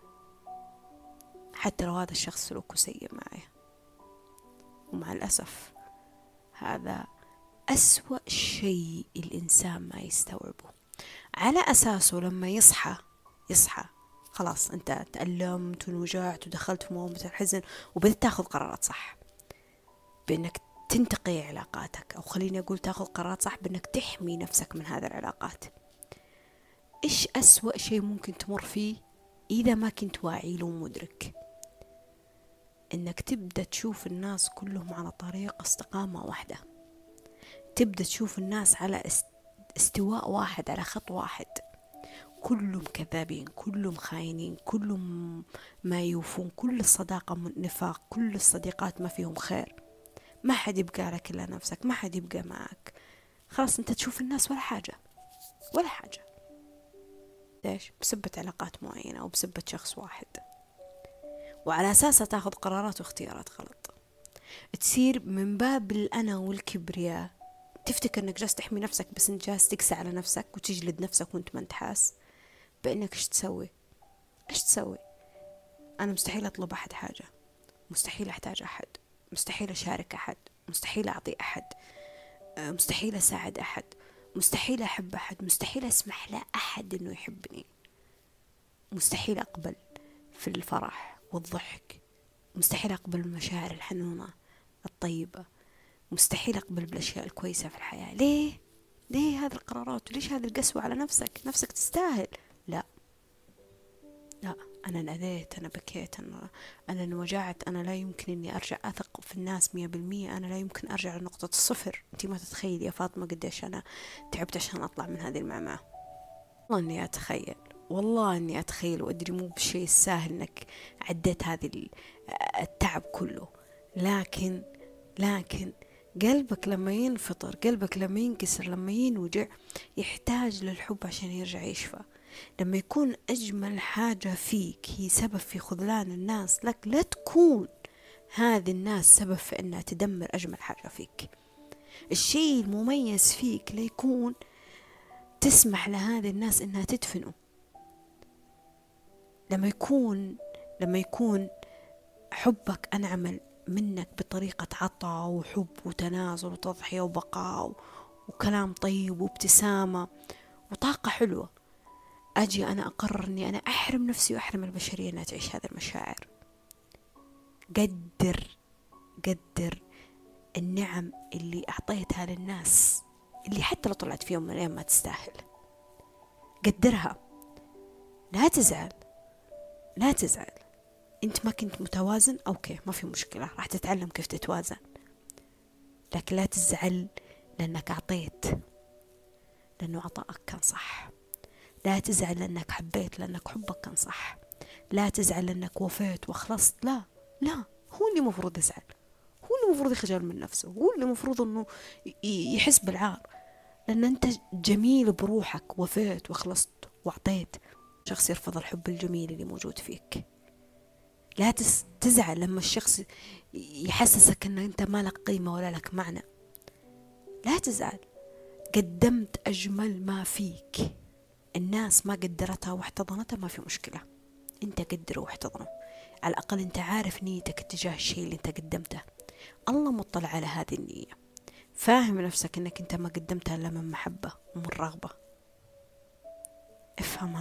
S1: حتى لو هذا الشخص سلوكه سيء معي. ومع الأسف هذا أسوأ شيء الإنسان ما يستوعبه. على أساسه لما يصحى خلاص أنت تألمت ونوجعت ودخلت في مومة الحزن وبدأت تاخذ قرارات صح، بأنك تنتقي علاقاتك، أو خليني أقول تاخذ قرارات صح بأنك تحمي نفسك من هذه العلاقات. إيش أسوأ شيء ممكن تمر فيه إذا ما كنت واعي له ومدرك؟ إنك تبدأ تشوف الناس كلهم على طريق استقامة واحدة، تبدأ تشوف الناس على استواء واحد، على خط واحد، كلهم كذابين، كلهم خاينين، كلهم ما يوفون، كل الصداقة نفاق، كل الصديقات ما فيهم خير، ما حد يبقى لك إلا نفسك، ما حد يبقى معك. خلاص أنت تشوف الناس ولا حاجة ولا حاجة. ليش؟ بسبة علاقات معينة أو بسبة شخص واحد، وعلى أساسها تاخذ قرارات واختيارات غلط. تصير من باب الأنا والكبرياء، تفتكر أنك جالس تحمي نفسك، بس أنت جالس تكسى على نفسك وتجلد نفسك وأنت ما انت حاس بأنك إيش تسوي. إيش تسوي؟ أنا مستحيل أطلب أحد حاجة، مستحيل أحتاج أحد، مستحيل أشارك أحد، مستحيل أعطي أحد، مستحيل أساعد أحد، مستحيل أحب أحد، مستحيل أسمح لأحد أنه يحبني، مستحيل أقبل في الفرح والضحك، مستحيل أقبل المشاعر الحنونة الطيبة، مستحيل أقبل بالأشياء الكويسة في الحياة. ليه هذه القرارات؟ وليش هذه القسوة على نفسك؟ نفسك تستاهل. لا، أنا انأذيت، أنا بكيت، أنا انوجعت، أنا لا يمكن أني أرجع أثق في الناس 100%، أنا لا يمكن أرجع لنقطة الصفر. أنت ما تتخيل يا فاطمة قديش أنا تعبت عشان أطلع من هذه المعمعة. والله إني أتخيل، والله إني أتخيل، وأدري مو بشيء سهل إنك عديت هذه التعب كله، لكن قلبك لما ينفطر، قلبك لما ينكسر، لما ينوجع، يحتاج للحب عشان يرجع يشفى. لما يكون أجمل حاجة فيك هي سبب في خذلان الناس لك، لا تكون هذه الناس سبب في أنها تدمر أجمل حاجة فيك. الشيء المميز فيك لا يكون تسمح لهذه الناس أنها تدفنه. لما يكون حبك أنعمل منك بطريقة عطاء وحب وتنازل وتضحية وبقاء وكلام طيب وابتسامة وطاقة حلوة، أجي أنا أقرر أني أنا أحرم نفسي وأحرم البشرية أنها تعيش هذه المشاعر. قدر النعم اللي أعطيتها للناس، اللي حتى لو طلعت في يوم من الأيام ما تستاهل، قدرها. لا تزعل. أنت ما كنت متوازن، أوكي، ما في مشكلة، راح تتعلم كيف تتوازن، لكن لا تزعل لأنك أعطيت، لأنه عطائك كان صح. لا تزعل لأنك حبيت، لأنك حبك كان صح. لا تزعل لأنك وفيت وخلصت. لا، هو اللي مفروض يزعل، هو اللي مفروض يخجل من نفسه، هو اللي مفروض أنه يحس بالعار، لأن أنت جميل بروحك، وفيت وخلصت وعطيت. شخص يرفض الحب الجميل اللي موجود فيك. لا تزعل لما الشخص يحسسك أن أنت ما لك قيمة ولا لك معنى. لا تزعل، قدمت أجمل ما فيك، الناس ما قدرتها واحتضنتها، ما في مشكلة، أنت قدره واحتضنه، على الأقل أنت عارف نيتك اتجاه الشيء اللي أنت قدمته. الله مطلع على هذه النية، فاهم نفسك أنك أنت ما قدمتها إلا من محبة ومن رغبة. افهم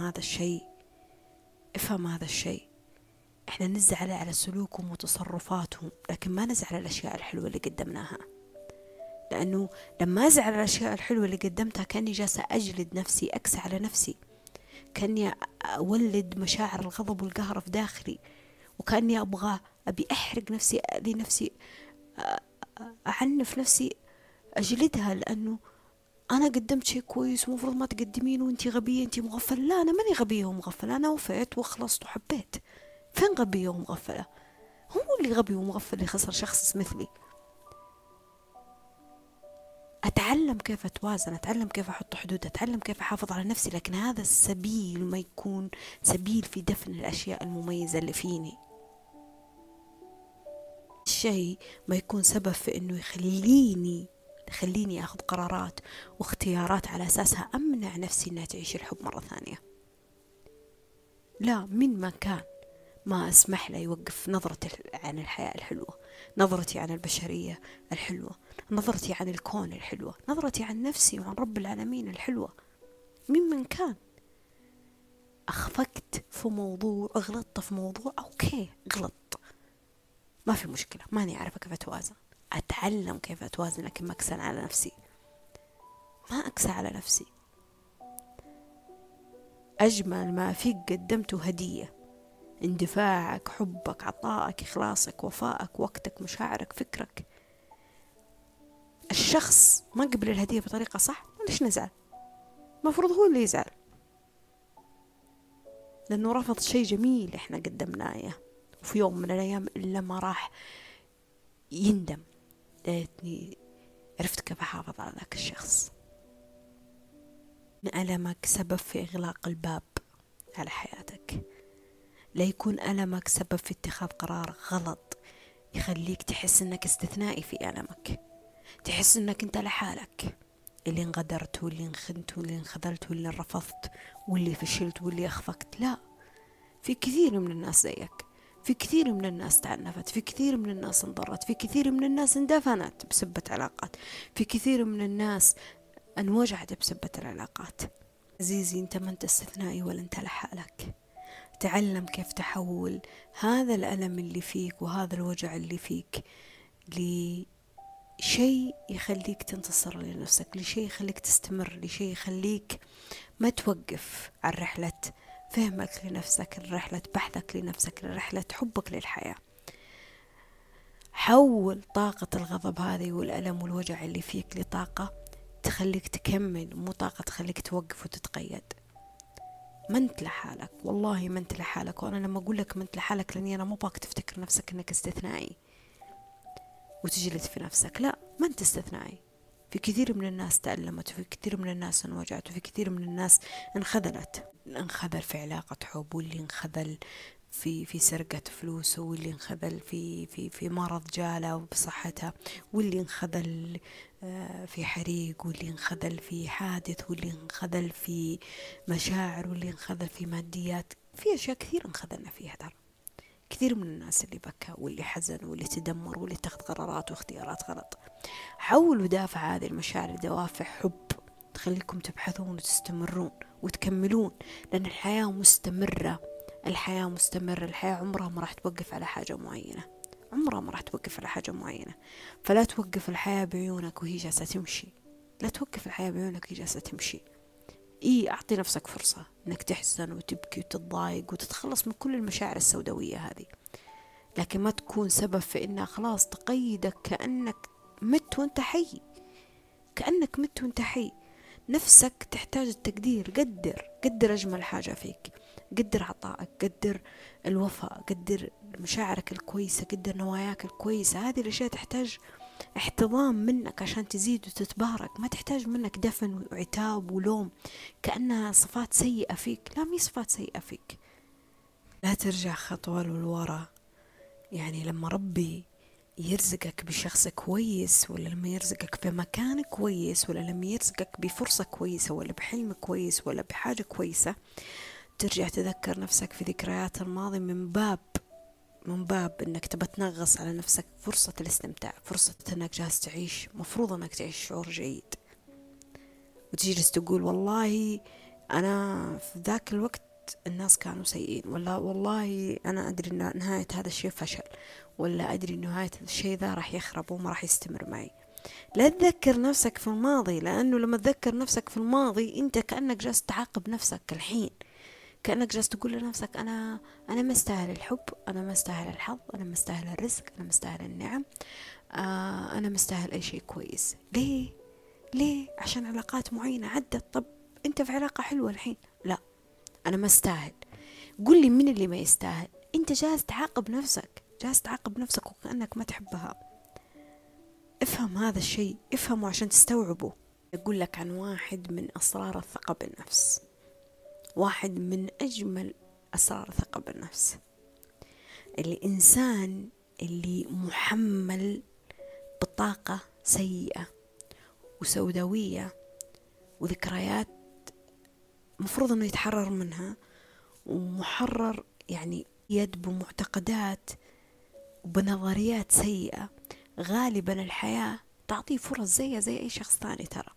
S1: هذا الشيء. احنا نزعل على سلوكهم وتصرفاتهم، لكن ما نزعل على الأشياء الحلوة اللي قدمناها، لأنه لما أزعل على الأشياء الحلوة اللي قدمتها كأني جالسة أجلد نفسي، أكسى على نفسي، كأني أولد مشاعر الغضب والقهر في داخلي، وكأني أبي أحرق نفسي، أذي نفسي، أعنف نفسي، أجلدها، لأنه أنا قدمت شيء كويس ومفروض ما تقدمين وانتي غبية، انتي مغفلة. لا، أنا ماني غبية ومغفلة، أنا وفيت وخلصت وحبيت. فين غبية ومغفلة؟ هو اللي غبي ومغفل اللي خسر شخص مثلي. أتعلم كيف أتوازن، أتعلم كيف أحط حدود، أتعلم كيف أحافظ على نفسي، لكن هذا السبيل ما يكون سبيل في دفن الأشياء المميزة اللي فيني. الشيء ما يكون سبب في إنه يخليني أخذ قرارات واختيارات على أساسها أمنع نفسي إنها تعيش الحب مرة ثانية. لا، من مكان ما أسمح له يوقف نظرتي عن الحياة الحلوة، نظرتي عن البشرية الحلوة، نظرتي عن الكون الحلوة، نظرتي عن نفسي وعن رب العالمين الحلوة. من كان أخفقت في موضوع، غلطت في موضوع، أوكي غلط، ما في مشكلة، ماني عارفة كيف أتوازن، أتعلم كيف أتوازن، لكن ما أكسل على نفسي، ما أكسى على نفسي. أجمل ما فيك قدمته هدية، اندفاعك، حبك، عطائك، إخلاصك، وفائك، وقتك، مشاعرك، فكرك. الشخص ما قبل الهدية بطريقة صح، ليش نزعل؟ مفروض هو اللي يزعل، لأنه رفض شيء جميل إحنا قدمناه إياه، وفي يوم من الأيام إلا ما راح يندم، ليتني عرفت كيف أحافظ على ذاك الشخص. إن ألمك سبب في إغلاق الباب على حياتك، لا يكون ألمك سبب في اتخاذ قرار غلط يخليك تحس إنك استثنائي في ألمك، تحس إنك أنت لحالك، اللي انغدرت واللي انخنت واللي انخذلت واللي رفضت واللي فشلت واللي أخفقت. لا، في كثير من الناس زيك، في كثير من الناس تعنفت، في كثير من الناس انضرت، في كثير من الناس اندفنت بسبة علاقات، في كثير من الناس انوجعت بسبة العلاقات. عزيزي، انت ما انت استثنائي ولا انت لحالك. تعلم كيف تحول هذا الألم اللي فيك وهذا الوجع اللي فيك لشيء يخليك تنتصر لنفسك، لشيء يخليك تستمر، لشيء يخليك ما توقف عن رحلة فهمك لنفسك، رحلة بحثك لنفسك، رحلة حبك للحياة. حول طاقة الغضب هذه والألم والوجع اللي فيك لطاقة تخليك تكمل، مو طاقة تخليك توقف وتتقيد. ما انت لحالك، والله ما انت لحالك. وانا لما اقول لك ما انت لحالك، لاني انا مو باك تفتكر نفسك انك استثنائي وتجلد في نفسك. لا، ما انت استثنائي. في كثير من الناس تألمت، وفي كثير من الناس انوجعت، وفي كثير من الناس انخذلت، انخذل في علاقة حب، واللي انخذل في سرقة فلوسه، واللي انخذل في مرض جاله بصحتها، واللي انخذل في حريق، واللي انخذل في حادث، واللي انخذل في مشاعر، واللي انخذل في ماديات. في أشياء كثير انخذلنا فيها ترى. كثير من الناس اللي بكى واللي حزن واللي تدمر واللي اتخذ قرارات واختيارات غلط. حاولوا دافع هذه المشاعر دوافع حب تخليكم تبحثون وتستمرون وتكملون، لأن الحياة مستمرة. الحياة مستمرة، الحياة عمرها ما راح توقف على حاجة معينة، عمرها ما راح توقف على حاجة معينة. فلا توقف الحياة بعيونك وهي جالسة تمشي، لا توقف الحياة بعيونك وهي جالسة تمشي. أعطي نفسك فرصة إنك تحزن وتبكي وتتضايق وتتخلص من كل المشاعر السوداوية هذه، لكن ما تكون سبب في إنها خلاص تقيدك كأنك مت وانت حي، كأنك مت وانت حي. نفسك تحتاج التقدير. قدر أجمل حاجة فيك، قدر عطائك، قدر الوفاء، قدر مشاعرك الكويسة، قدر نواياك الكويسة. هذه الأشياء تحتاج احتضام منك عشان تزيد وتتبارك، ما تحتاج منك دفن وعتاب ولوم كأنها صفات سيئة فيك. لا، مي صفات سيئة فيك. لا ترجع خطوة للورا. يعني لما ربي يرزقك بشخص كويس، ولا لما يرزقك في مكان كويس، ولا لما يرزقك بفرصة كويسة، ولا بحلم كويس، ولا بحاجة كويسة، ترجع تذكر نفسك في ذكريات الماضي من باب انك تبى تنغص على نفسك فرصة الاستمتاع، فرصة انك جالس تعيش، مفروض انك تعيش شعور جيد، وتجلس تقول والله انا في ذاك الوقت الناس كانوا سيئين، ولا والله انا ادري ان نهاية هذا الشيء فشل، ولا ادري ان نهاية الشيء ذا راح يخرب وما راح يستمر معي. لا تذكر نفسك في الماضي، لانه لما تذكر نفسك في الماضي انت كأنك جالس تعاقب نفسك الحين، كأنك جالس تقول لنفسك أنا ما استاهل الحب، أنا ما استاهل الحظ، أنا ما استاهل الرزق، أنا ما استاهل النعم، أنا ما استاهل أي شيء كويس. ليه؟ عشان علاقات معينة عدت. طب أنت في علاقة حلوة الحين، لا أنا ما استاهل. قل لي من اللي ما يستاهل؟ أنت جالس تعاقب نفسك، جالس تعاقب نفسك وكأنك ما تحبها. افهم هذا الشيء، افهمه عشان تستوعبه. أقول لك عن واحد من أسرار الثقة بالنفس، واحد من أجمل أسرار الثقة بالنفس. الإنسان اللي محمل بطاقة سيئة وسوداوية وذكريات مفروض أنه يتحرر منها، ومحرر يعني يد بمعتقدات وبنظريات سيئة، غالبا الحياة تعطيه فرص زي أي شخص ثاني ترى،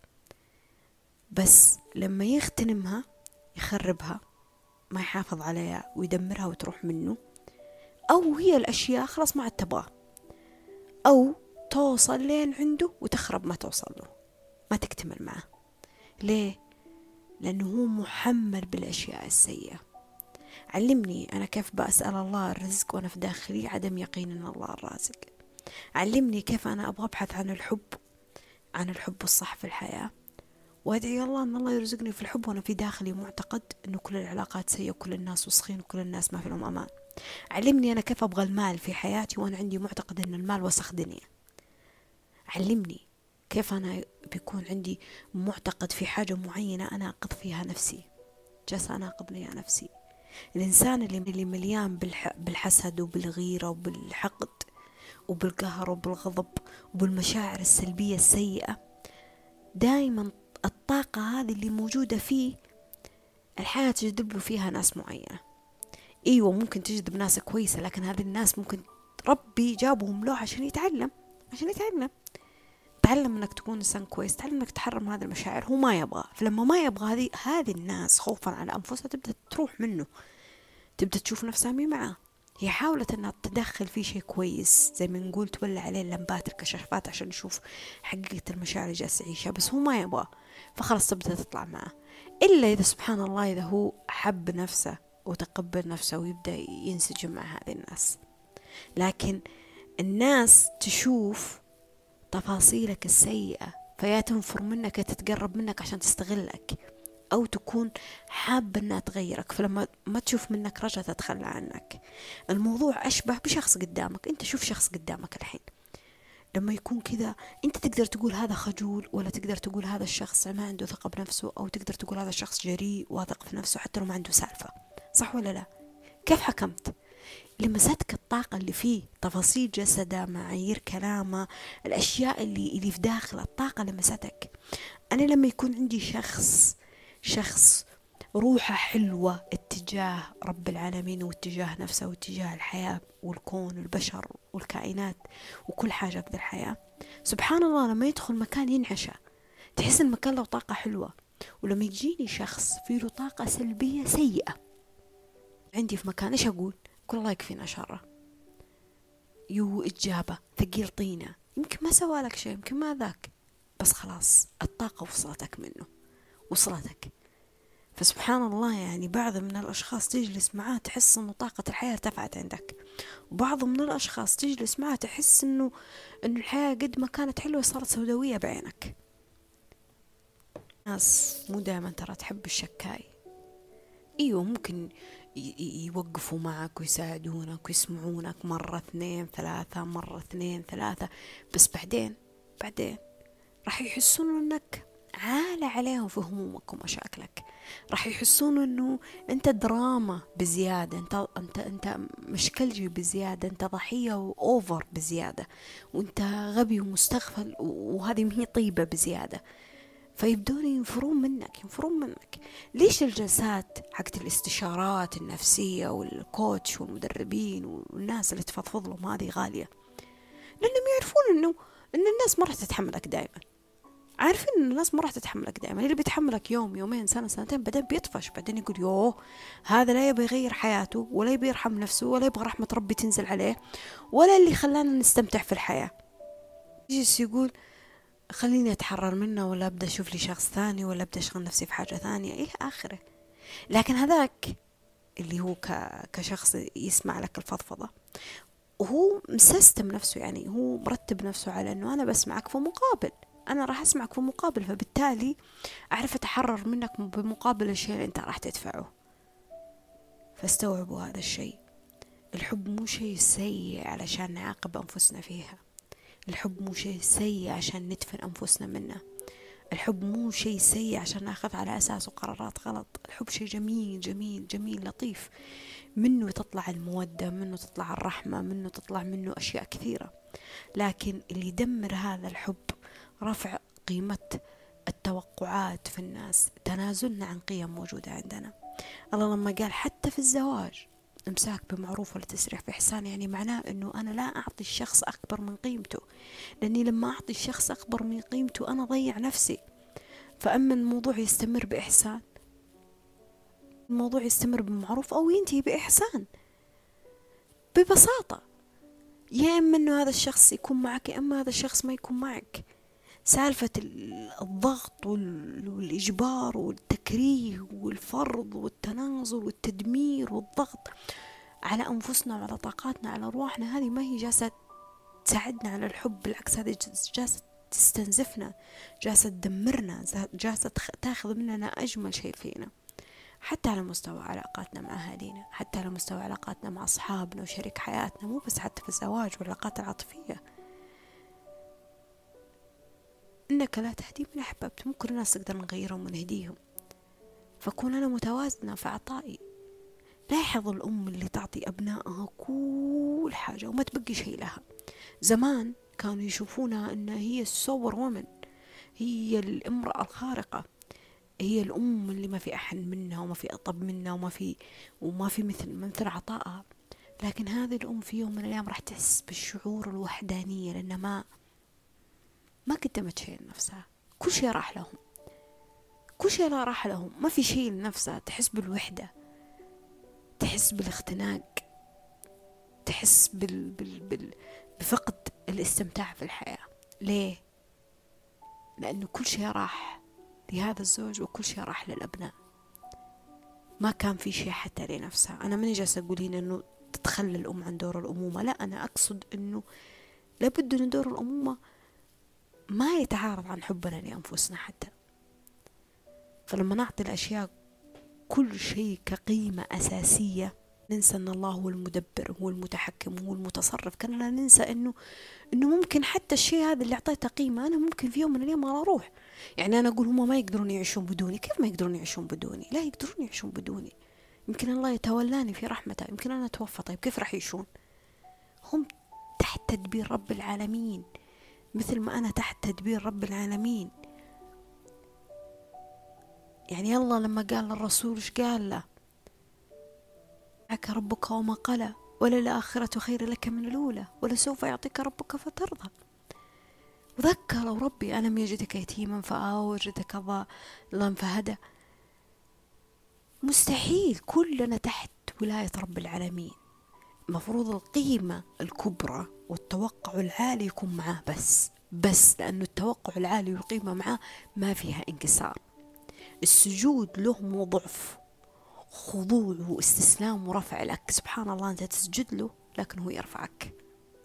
S1: بس لما يغتنمها يخربها، ما يحافظ عليها ويدمرها وتروح منه، أو هي الأشياء خلاص ما عاد تبغاه، أو توصل لين عنده وتخرب ما توصل له، ما تكتمل معه. ليه؟ لأنه هو محمل بالأشياء السيئة. علمني أنا كيف بأسأل الله الرزق وأنا في داخلي عدم يقين أن الله الرازق. علمني كيف أنا أبغى أبحث عن الحب، عن الحب الصح في الحياة، وأدعي الله أن الله يرزقني في الحب وأنا في داخلي معتقد أنه كل العلاقات سيئة وكل الناس وسخين وكل الناس ما في لهم أمان. علمني أنا كيف أبغى المال في حياتي وأنا عندي معتقد أن المال وسخ دنيا. علمني كيف أنا بيكون عندي معتقد في حاجة معينة أنا أناقض فيها نفسي، جالس أناقض فيها نفسي. الإنسان اللي مليان بالحسد وبالغيرة وبالحقد وبالقهر وبالغضب وبالمشاعر السلبية السيئة، دائما الطاقة هذه اللي موجودة فيه الحياة تجذب له فيها ناس معينة. ايوه ممكن تجذب ناس كويسة، لكن هذه الناس ممكن ربي جابهم له عشان يتعلم، تعلم انك تكون انسان كويس، تعلم انك تحرم هذه المشاعر. هو ما يبغى، فلما ما يبغى هذه الناس خوفا على انفسها تبدأ تروح منه، تبدأ تشوف نفسها مي معاه. هي حاولت انها تدخل فيه شيء كويس، زي ما نقول تولى عليه اللمبات الكشافات عشان يشوف حقيقة المشاعر اللي جالس يعيشها، بس هو ما يبغى، فخلاص تبدأ تطلع معه. إلا إذا سبحان الله إذا هو حب نفسه وتقبل نفسه ويبدأ ينسجم مع هذه الناس. لكن الناس تشوف تفاصيلك السيئة فيا تنفر منك يا تتقرب منك عشان تستغلك، أو تكون حابة أنها تغيرك، فلما ما تشوف منك رجع تتخلى عنك. الموضوع أشبه بشخص قدامك. أنت شوف شخص قدامك الحين لما يكون كذا، أنت تقدر تقول هذا خجول، ولا تقدر تقول هذا الشخص ما عنده ثقة بنفسه، أو تقدر تقول هذا الشخص جريء واثق في نفسه حتى لو ما عنده سالفة، صح ولا لا؟ كيف حكمت؟ لمستك الطاقة اللي فيه، تفاصيل جسده، معايير كلامه، الأشياء اللي في داخل الطاقة لمستك. أنا لما يكون عندي شخص روحه حلوة اتجاه رب العالمين واتجاه نفسه واتجاه الحياة والكون والبشر والكائنات وكل حاجة في الحياة، سبحان الله لما يدخل مكان ينعشى، تحس المكان له طاقة حلوة. ولما يجيني شخص فيه له طاقة سلبية سيئة عندي في مكان، إيش أقول؟ كل الله يكفينا شره، إجابة ثقيل طينة، يمكن ما سوى لك شيء، يمكن ما ذاك، بس خلاص الطاقة وصلتك منه، وصلتك. فسبحان الله يعني بعض من الأشخاص تجلس معاه تحس أنه طاقة الحياة ارتفعت عندك، وبعض من الأشخاص تجلس معاه تحس أنه الحياة قد ما كانت حلوة صارت سوداوية بعينك. ناس مو دائما ترى تحب الشكاي، ايوه ممكن يوقفوا معك ويساعدونك ويسمعونك مرة 2 3 مرة 2 3، بس بعدين راح يحسون انك عالة عليهم في همومك ومشاكلك، راح يحسون انه انت دراما بزيادة، انت مشكلجي بزيادة، انت ضحية واوفر بزيادة، وانت غبي ومستغفل وهذه مهي طيبة بزيادة. فيبدون ينفرون منك. ليش الجلسات حقت الاستشارات النفسية والكوتش والمدربين والناس اللي تفضفض لهم هذه غالية؟ لأنهم يعرفون إن الناس ما راح تتحملك دائما، عارفين إن الناس ما راح تتحملك دائما. اللي بيتحملك يوم يومين سنة سنتين بعدين بيطفش، بعدين يقول يوه هذا لا يبي يغير حياته ولا يبي يرحم نفسه ولا يبغى رحمة ربي تنزل عليه ولا اللي خلانا نستمتع في الحياة. يجلس يقول خليني أتحرر منه، ولا أبدأ أشوف لي شخص ثاني، ولا أبدأ أشغل نفسي في حاجة ثانية إيه آخره. لكن هذاك اللي هو كشخص يسمع لك الفضفضة وهو مسيستم نفسه، يعني هو مرتب نفسه على أنه أنا بسمعك في مقابل، أنا راح أسمعك في مقابل، فبالتالي أعرف أتحرر منك بمقابل الشيء اللي أنت راح تدفعه. فاستوعبوا هذا الشيء. الحب مو شيء سيء علشان نعاقب أنفسنا فيها، الحب مو شيء سيء عشان ندفن أنفسنا منه، الحب مو شيء سيء عشان ناخذ على أساسه قرارات غلط. الحب شيء جميل جميل جميل لطيف، منه تطلع المودة، منه تطلع الرحمة، منه تطلع منه أشياء كثيرة. لكن اللي يدمر هذا الحب رفع قيمة التوقعات في الناس، تنازلنا عن قيم موجودة عندنا. الله لما قال حتى في الزواج امساك بمعروف ولا تسريح بإحسان، يعني معناه أنه أنا لا أعطي الشخص أكبر من قيمته، لأني لما أعطي الشخص أكبر من قيمته أنا ضيع نفسي. فأما الموضوع يستمر بإحسان، الموضوع يستمر بمعروف أو ينتهي بإحسان ببساطة. يا إما إنه هذا الشخص يكون معك يا إما هذا الشخص ما يكون معك. سالفة الضغط والإجبار والتكريه والفرض والتنازل والتدمير والضغط على أنفسنا وعلى طاقاتنا على أرواحنا، هذه ما هي جالسة تساعدنا على الحب، بالعكس هذه جالسة تستنزفنا، جالسة تدمرنا، جالسة تاخذ مننا أجمل شيء فينا، حتى على مستوى علاقاتنا مع أهالينا، حتى على مستوى علاقاتنا مع أصحابنا وشريك حياتنا، مو بس حتى في الزواج والعلاقات العاطفية. إنك لا تهدي من أحببت، مو كل الناس تقدر نغيرهم ونهديهم، فكون أنا متوازنة في عطائي. لاحظ الأم اللي تعطي أبنائها كل حاجة وما تبقي شيء لها. زمان كانوا يشوفونها أنها هي السوبر وومن، هي الامرأة الخارقة، هي الأم اللي ما في أحن منها وما في أطب منها وما في مثل عطائها. لكن هذه الأم في يوم من الأيام راح تحس بالشعور الوحدانية، لأنها ما قدمت شيء لنفسها، كل شيء راح لهم، كل شيء لا راح لهم، ما في شيء لنفسها. تحس بالوحدة، تحس بالاختناق، تحس بفقد الاستمتاع في الحياة. ليه؟ لأنه كل شيء راح لهذا الزوج وكل شيء راح للأبناء، ما كان في شيء حتى لنفسها. أنا ماني جالسة أقولين أنه تتخلى الأم عن دور الأمومة، لا، أنا أقصد أنه لابد أن دور الأمومة ما يتعارض عن حبنا لأنفسنا حتى. فلما نعطي الأشياء كل شيء كقيمة أساسية، ننسى أن الله هو المدبر، هو المتحكم، هو المتصرف. كنا ننسى أنه ممكن حتى الشيء هذا اللي أعطيته قيمة أنا ممكن في يوم من الأيام أروح. يعني أنا أقول هم ما يقدرون يعيشون بدوني، كيف ما يقدرون يعيشون بدوني؟ لا، يقدرون يعيشون بدوني. يمكن الله يتولاني في رحمته، يمكن أنا أتوفى، طيب كيف راح يعيشون؟ هم تحت تدبير رب العالمين، مثل ما أنا تحت تدبير رب العالمين. يعني الله لما قال للرسول ايش قال له؟ معك ربك وما قلى، وللآخرة خير لك من الأولى ولسوف يعطيك ربك فترضى. وذكروا ربي ألم يجدك يتيما فآوى وجدك ضالا فهدى. مستحيل كلنا تحت ولاية رب العالمين. مفروض القيمة الكبرى والتوقع العالي يكون معاه، بس لأنه التوقع العالي والقيمة معاه ما فيها انكسار. السجود له مو ضعف، خضوع واستسلام ورفع لك. سبحان الله، أنت تسجد له لكن هو يرفعك،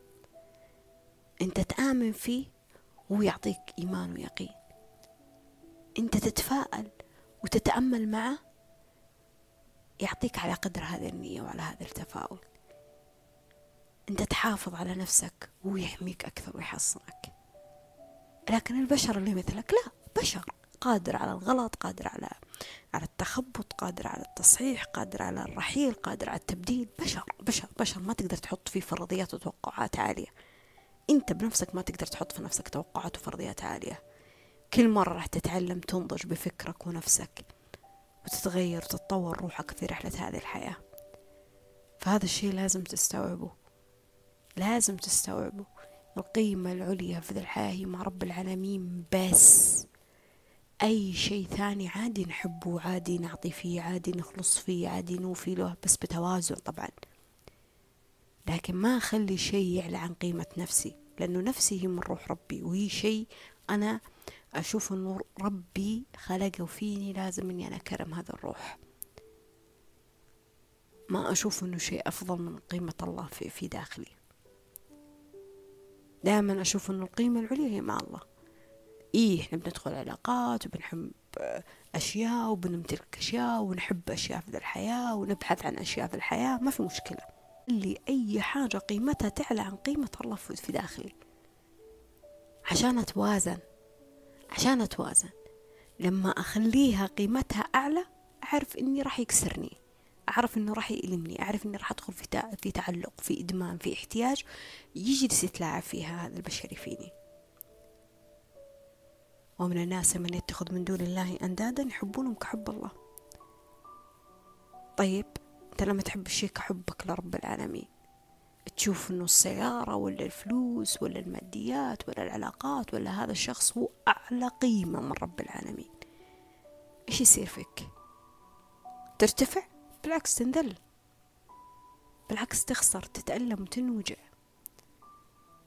S1: أنت تآمن فيه وهو يعطيك إيمان ويقين، أنت تتفائل وتتأمل معه يعطيك على قدر هذه النية وعلى هذا التفاؤل. أنت تحافظ على نفسك وهو يحميك أكثر ويحصنك. لكن البشر اللي مثلك لا، بشر قادر على الغلط، قادر على التخبط، قادر على التصحيح، قادر على الرحيل، قادر على التبديل. بشر بشر بشر، ما تقدر تحط فيه فرضيات وتوقعات عالية. انت بنفسك ما تقدر تحط في نفسك توقعات وفرضيات عالية. كل مرة راح تتعلم تنضج بفكرك ونفسك وتتغير وتتطور روحك في رحلة هذه الحياة. فهذا الشيء لازم تستوعبه، لازم تستوعبه. القيمة العليا في ذي الحياة هي مع رب العالمين بس. أي شيء ثاني عادي نحبه، عادي نعطي فيه، عادي نخلص فيه، عادي نوفي له، بس بتوازن طبعا. لكن ما أخلي شيء يعلى عن قيمة نفسي، لأنه نفسي هي من روح ربي، وهي شيء أنا أشوف أنه ربي خلقه فيني، لازم أني أنا أكرم هذا الروح. ما أشوف أنه شيء أفضل من قيمة الله في داخلي. دائما أشوف أنه القيمة العليا هي مع الله. إحنا بندخل علاقات وبنحب أشياء وبنمتلك أشياء ونحب أشياء في الحياة ونبحث عن أشياء في الحياة، ما في مشكلة. اللي أي حاجة قيمتها تعلى عن قيمة الله في داخلي، عشان أتوازن. لما أخليها قيمتها أعلى أعرف إني راح يكسرني، أعرف إنه راح يألمني، أعرف إني راح أدخل في تعلق، في إدمان، في احتياج يجلس يتلاعب فيها هذا البشري فيني. ومن الناس من يتخذ من دون الله أندادا يحبونهم كحب الله. طيب أنت لما تحب الشيء كحبك لرب العالمين، تشوف إنه السيارة ولا الفلوس ولا الماديات ولا العلاقات ولا هذا الشخص هو أعلى قيمة من رب العالمين، إيش يصير فيك؟ ترتفع؟ بالعكس تنذل، بالعكس تخسر، تتألم وتنوجع.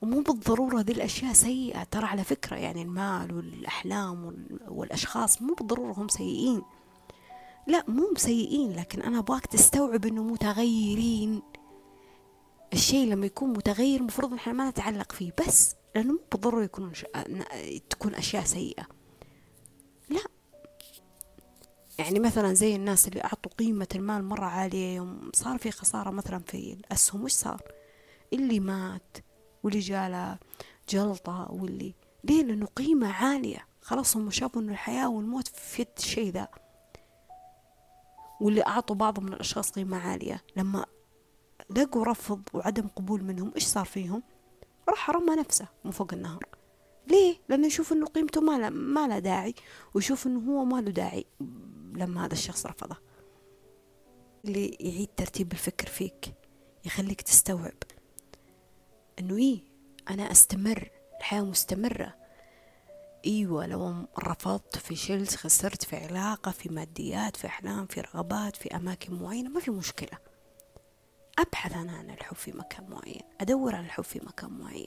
S1: ومو بالضرورة ذي الأشياء سيئة، ترى على فكرة يعني المال والأحلام والأشخاص مو بالضرورة هم سيئين، لا مو سيئين، لكن أنا أبغاك تستوعب إنه متغيرين. الشيء لما يكون متغير مفروض إحنا ما نتعلق فيه، بس لأنه مو بالضرورة تكون أشياء سيئة، لا. يعني مثلا زي الناس اللي أعطوا قيمة المال مرة عالية، يوم صار في خسارة مثلا في الأسهم وش صار؟ اللي مات، واللي جاله جلطة، واللي ليه؟ لأنه قيمة عالية، خلاص هم شافوا إنه الحياة والموت في يد الشيء ذا. واللي أعطوا بعض من الأشخاص قيمة عالية، لما لقوا رفض وعدم قبول منهم إيش صار فيهم؟ راح رمى نفسه من فوق النهر. ليه؟ لأنه يشوف إنه قيمته ما له داعي، ويشوف إنه هو ما له داعي لما هذا الشخص رفضه. اللي يعيد ترتيب الفكر فيك يخليك تستوعب إنه إيه، أنا أستمر، الحياة مستمرة. ايوه لو رفضت، فشلت، خسرت في علاقة، في ماديات، في احلام، في رغبات، في اماكن معينة، ما في مشكلة. ابحث انا عن الحب في مكان معين، ادور عن الحب في مكان معين.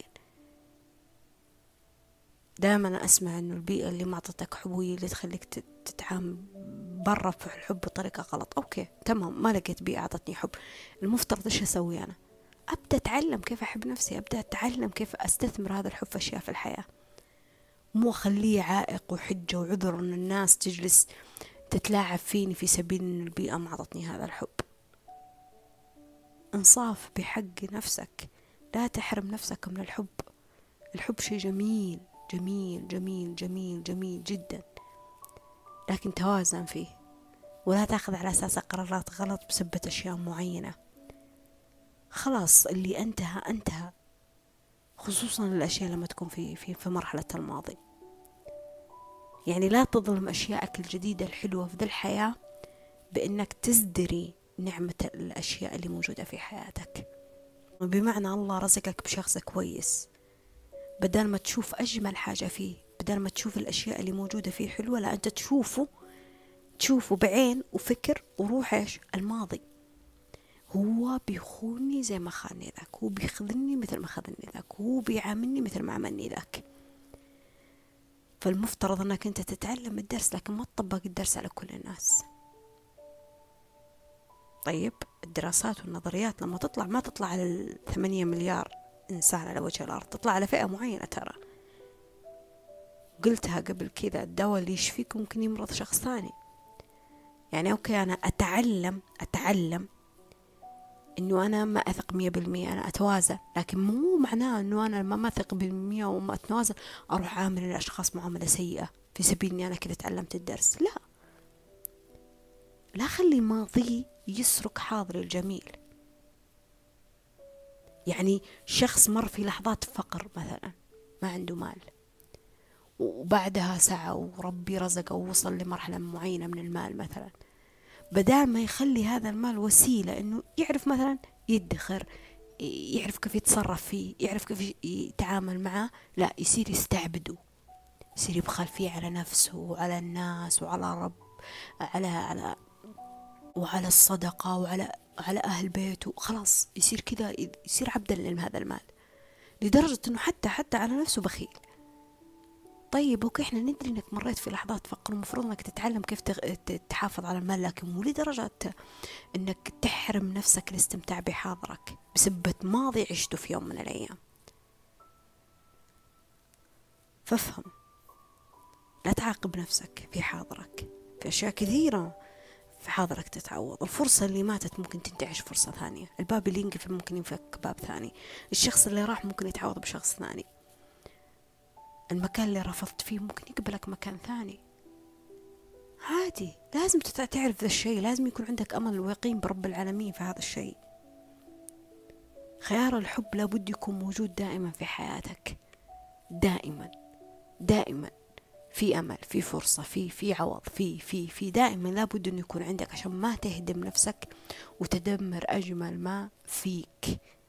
S1: دائما اسمع انه البيئة اللي ما اعطتك حب هي اللي تخليك تتعامل برا في الحب بطريقة غلط. اوكي تمام، ما لقيت بيئة اعطتني حب، المفترض ايش اسوي انا؟ ابدا اتعلم كيف احب نفسي، ابدا اتعلم كيف استثمر هذا الحب في اشياء في الحياة، مو أخليه عائق وحجة وعذر إن الناس تجلس تتلاعب فيني في سبيل إن البيئة ما عطتني هذا الحب. انصاف بحق نفسك، لا تحرم نفسك من الحب. الحب شيء جميل جميل جميل جميل جميل جدا، لكن توازن فيه، ولا تاخذ على أساس قرارات غلط بسبة أشياء معينة. خلاص اللي انتهى انتهى، خصوصا الأشياء لما تكون في مرحلة الماضي. يعني لا تظلم أشياءك الجديدة الحلوة في ذي الحياة بأنك تزدري نعمة الأشياء اللي موجودة في حياتك. بمعنى الله رزقك بشخص كويس، بدل ما تشوف أجمل حاجة فيه، بدل ما تشوف الأشياء اللي موجودة فيه حلوة، لا أنت تشوفه بعين وفكر وروح إيش الماضي. هو بيخونني زي ما خانني ذاك، هو بيخذلني مثل ما خذلني ذاك، هو بيعاملني مثل ما عاملني ذاك. فالمفترض أنك أنت تتعلم الدرس، لكن ما تطبق الدرس على كل الناس. طيب الدراسات والنظريات لما تطلع ما تطلع على 8 مليار إنسان على وجه الأرض، تطلع على فئة معينة. ترى قلتها قبل كذا، الدواء اللي يشفيك ممكن يمرض شخص ثاني. يعني أوكي أنا أتعلم إنه أنا ما أثق 100%، أنا أتوازن، لكن مو معناه إنه أنا ما أثق ب100 وما أتوازن أروح أعامل الأشخاص معاملة سيئة في سبيل إني أنا كذا تعلمت الدرس. لا خلي ماضي يسرق حاضري الجميل. يعني شخص مر في لحظات فقر مثلا، ما عنده مال، وبعدها سعى وربي رزقه ووصل لمرحلة معينة من المال مثلا، بدال ما يخلي هذا المال وسيلة انه يعرف مثلا يدخر، يعرف كيف يتصرف فيه، يعرف كيف يتعامل معه، لا يصير يستعبده، يصير يبخل فيه على نفسه وعلى الناس وعلى رب، وعلى الصدقة وعلى أهل بيته. خلاص يصير كذا، يصير عبدا لهذا المال، لدرجة أنه حتى على نفسه بخيل. طيب أوكي إحنا ندري أنك مريت في لحظات فقر، المفروض أنك تتعلم كيف تحافظ على المال، لكن مو لدرجة أنك تحرم نفسك الاستمتاع بحاضرك بسبة ماضي عشته في يوم من الأيام. فافهم، لا تعاقب نفسك في حاضرك، في أشياء كثيرة في حاضرك تتعوض. الفرصة اللي ماتت ممكن تنتعش فرصة ثانية، الباب اللي ينقفل ممكن ينفك باب ثاني، الشخص اللي راح ممكن يتعوض بشخص ثاني، المكان اللي رفضت فيه ممكن يقبلك مكان ثاني. عادي، لازم تعرف ذا الشيء، لازم يكون عندك أمل ويقين برب العالمين في هذا الشيء. خيار الحب لابد يكون موجود دائما في حياتك، دائما دائما في أمل، في فرصة، في عوض، في دائما لابد أن يكون عندك، عشان ما تهدم نفسك وتدمر أجمل ما فيك.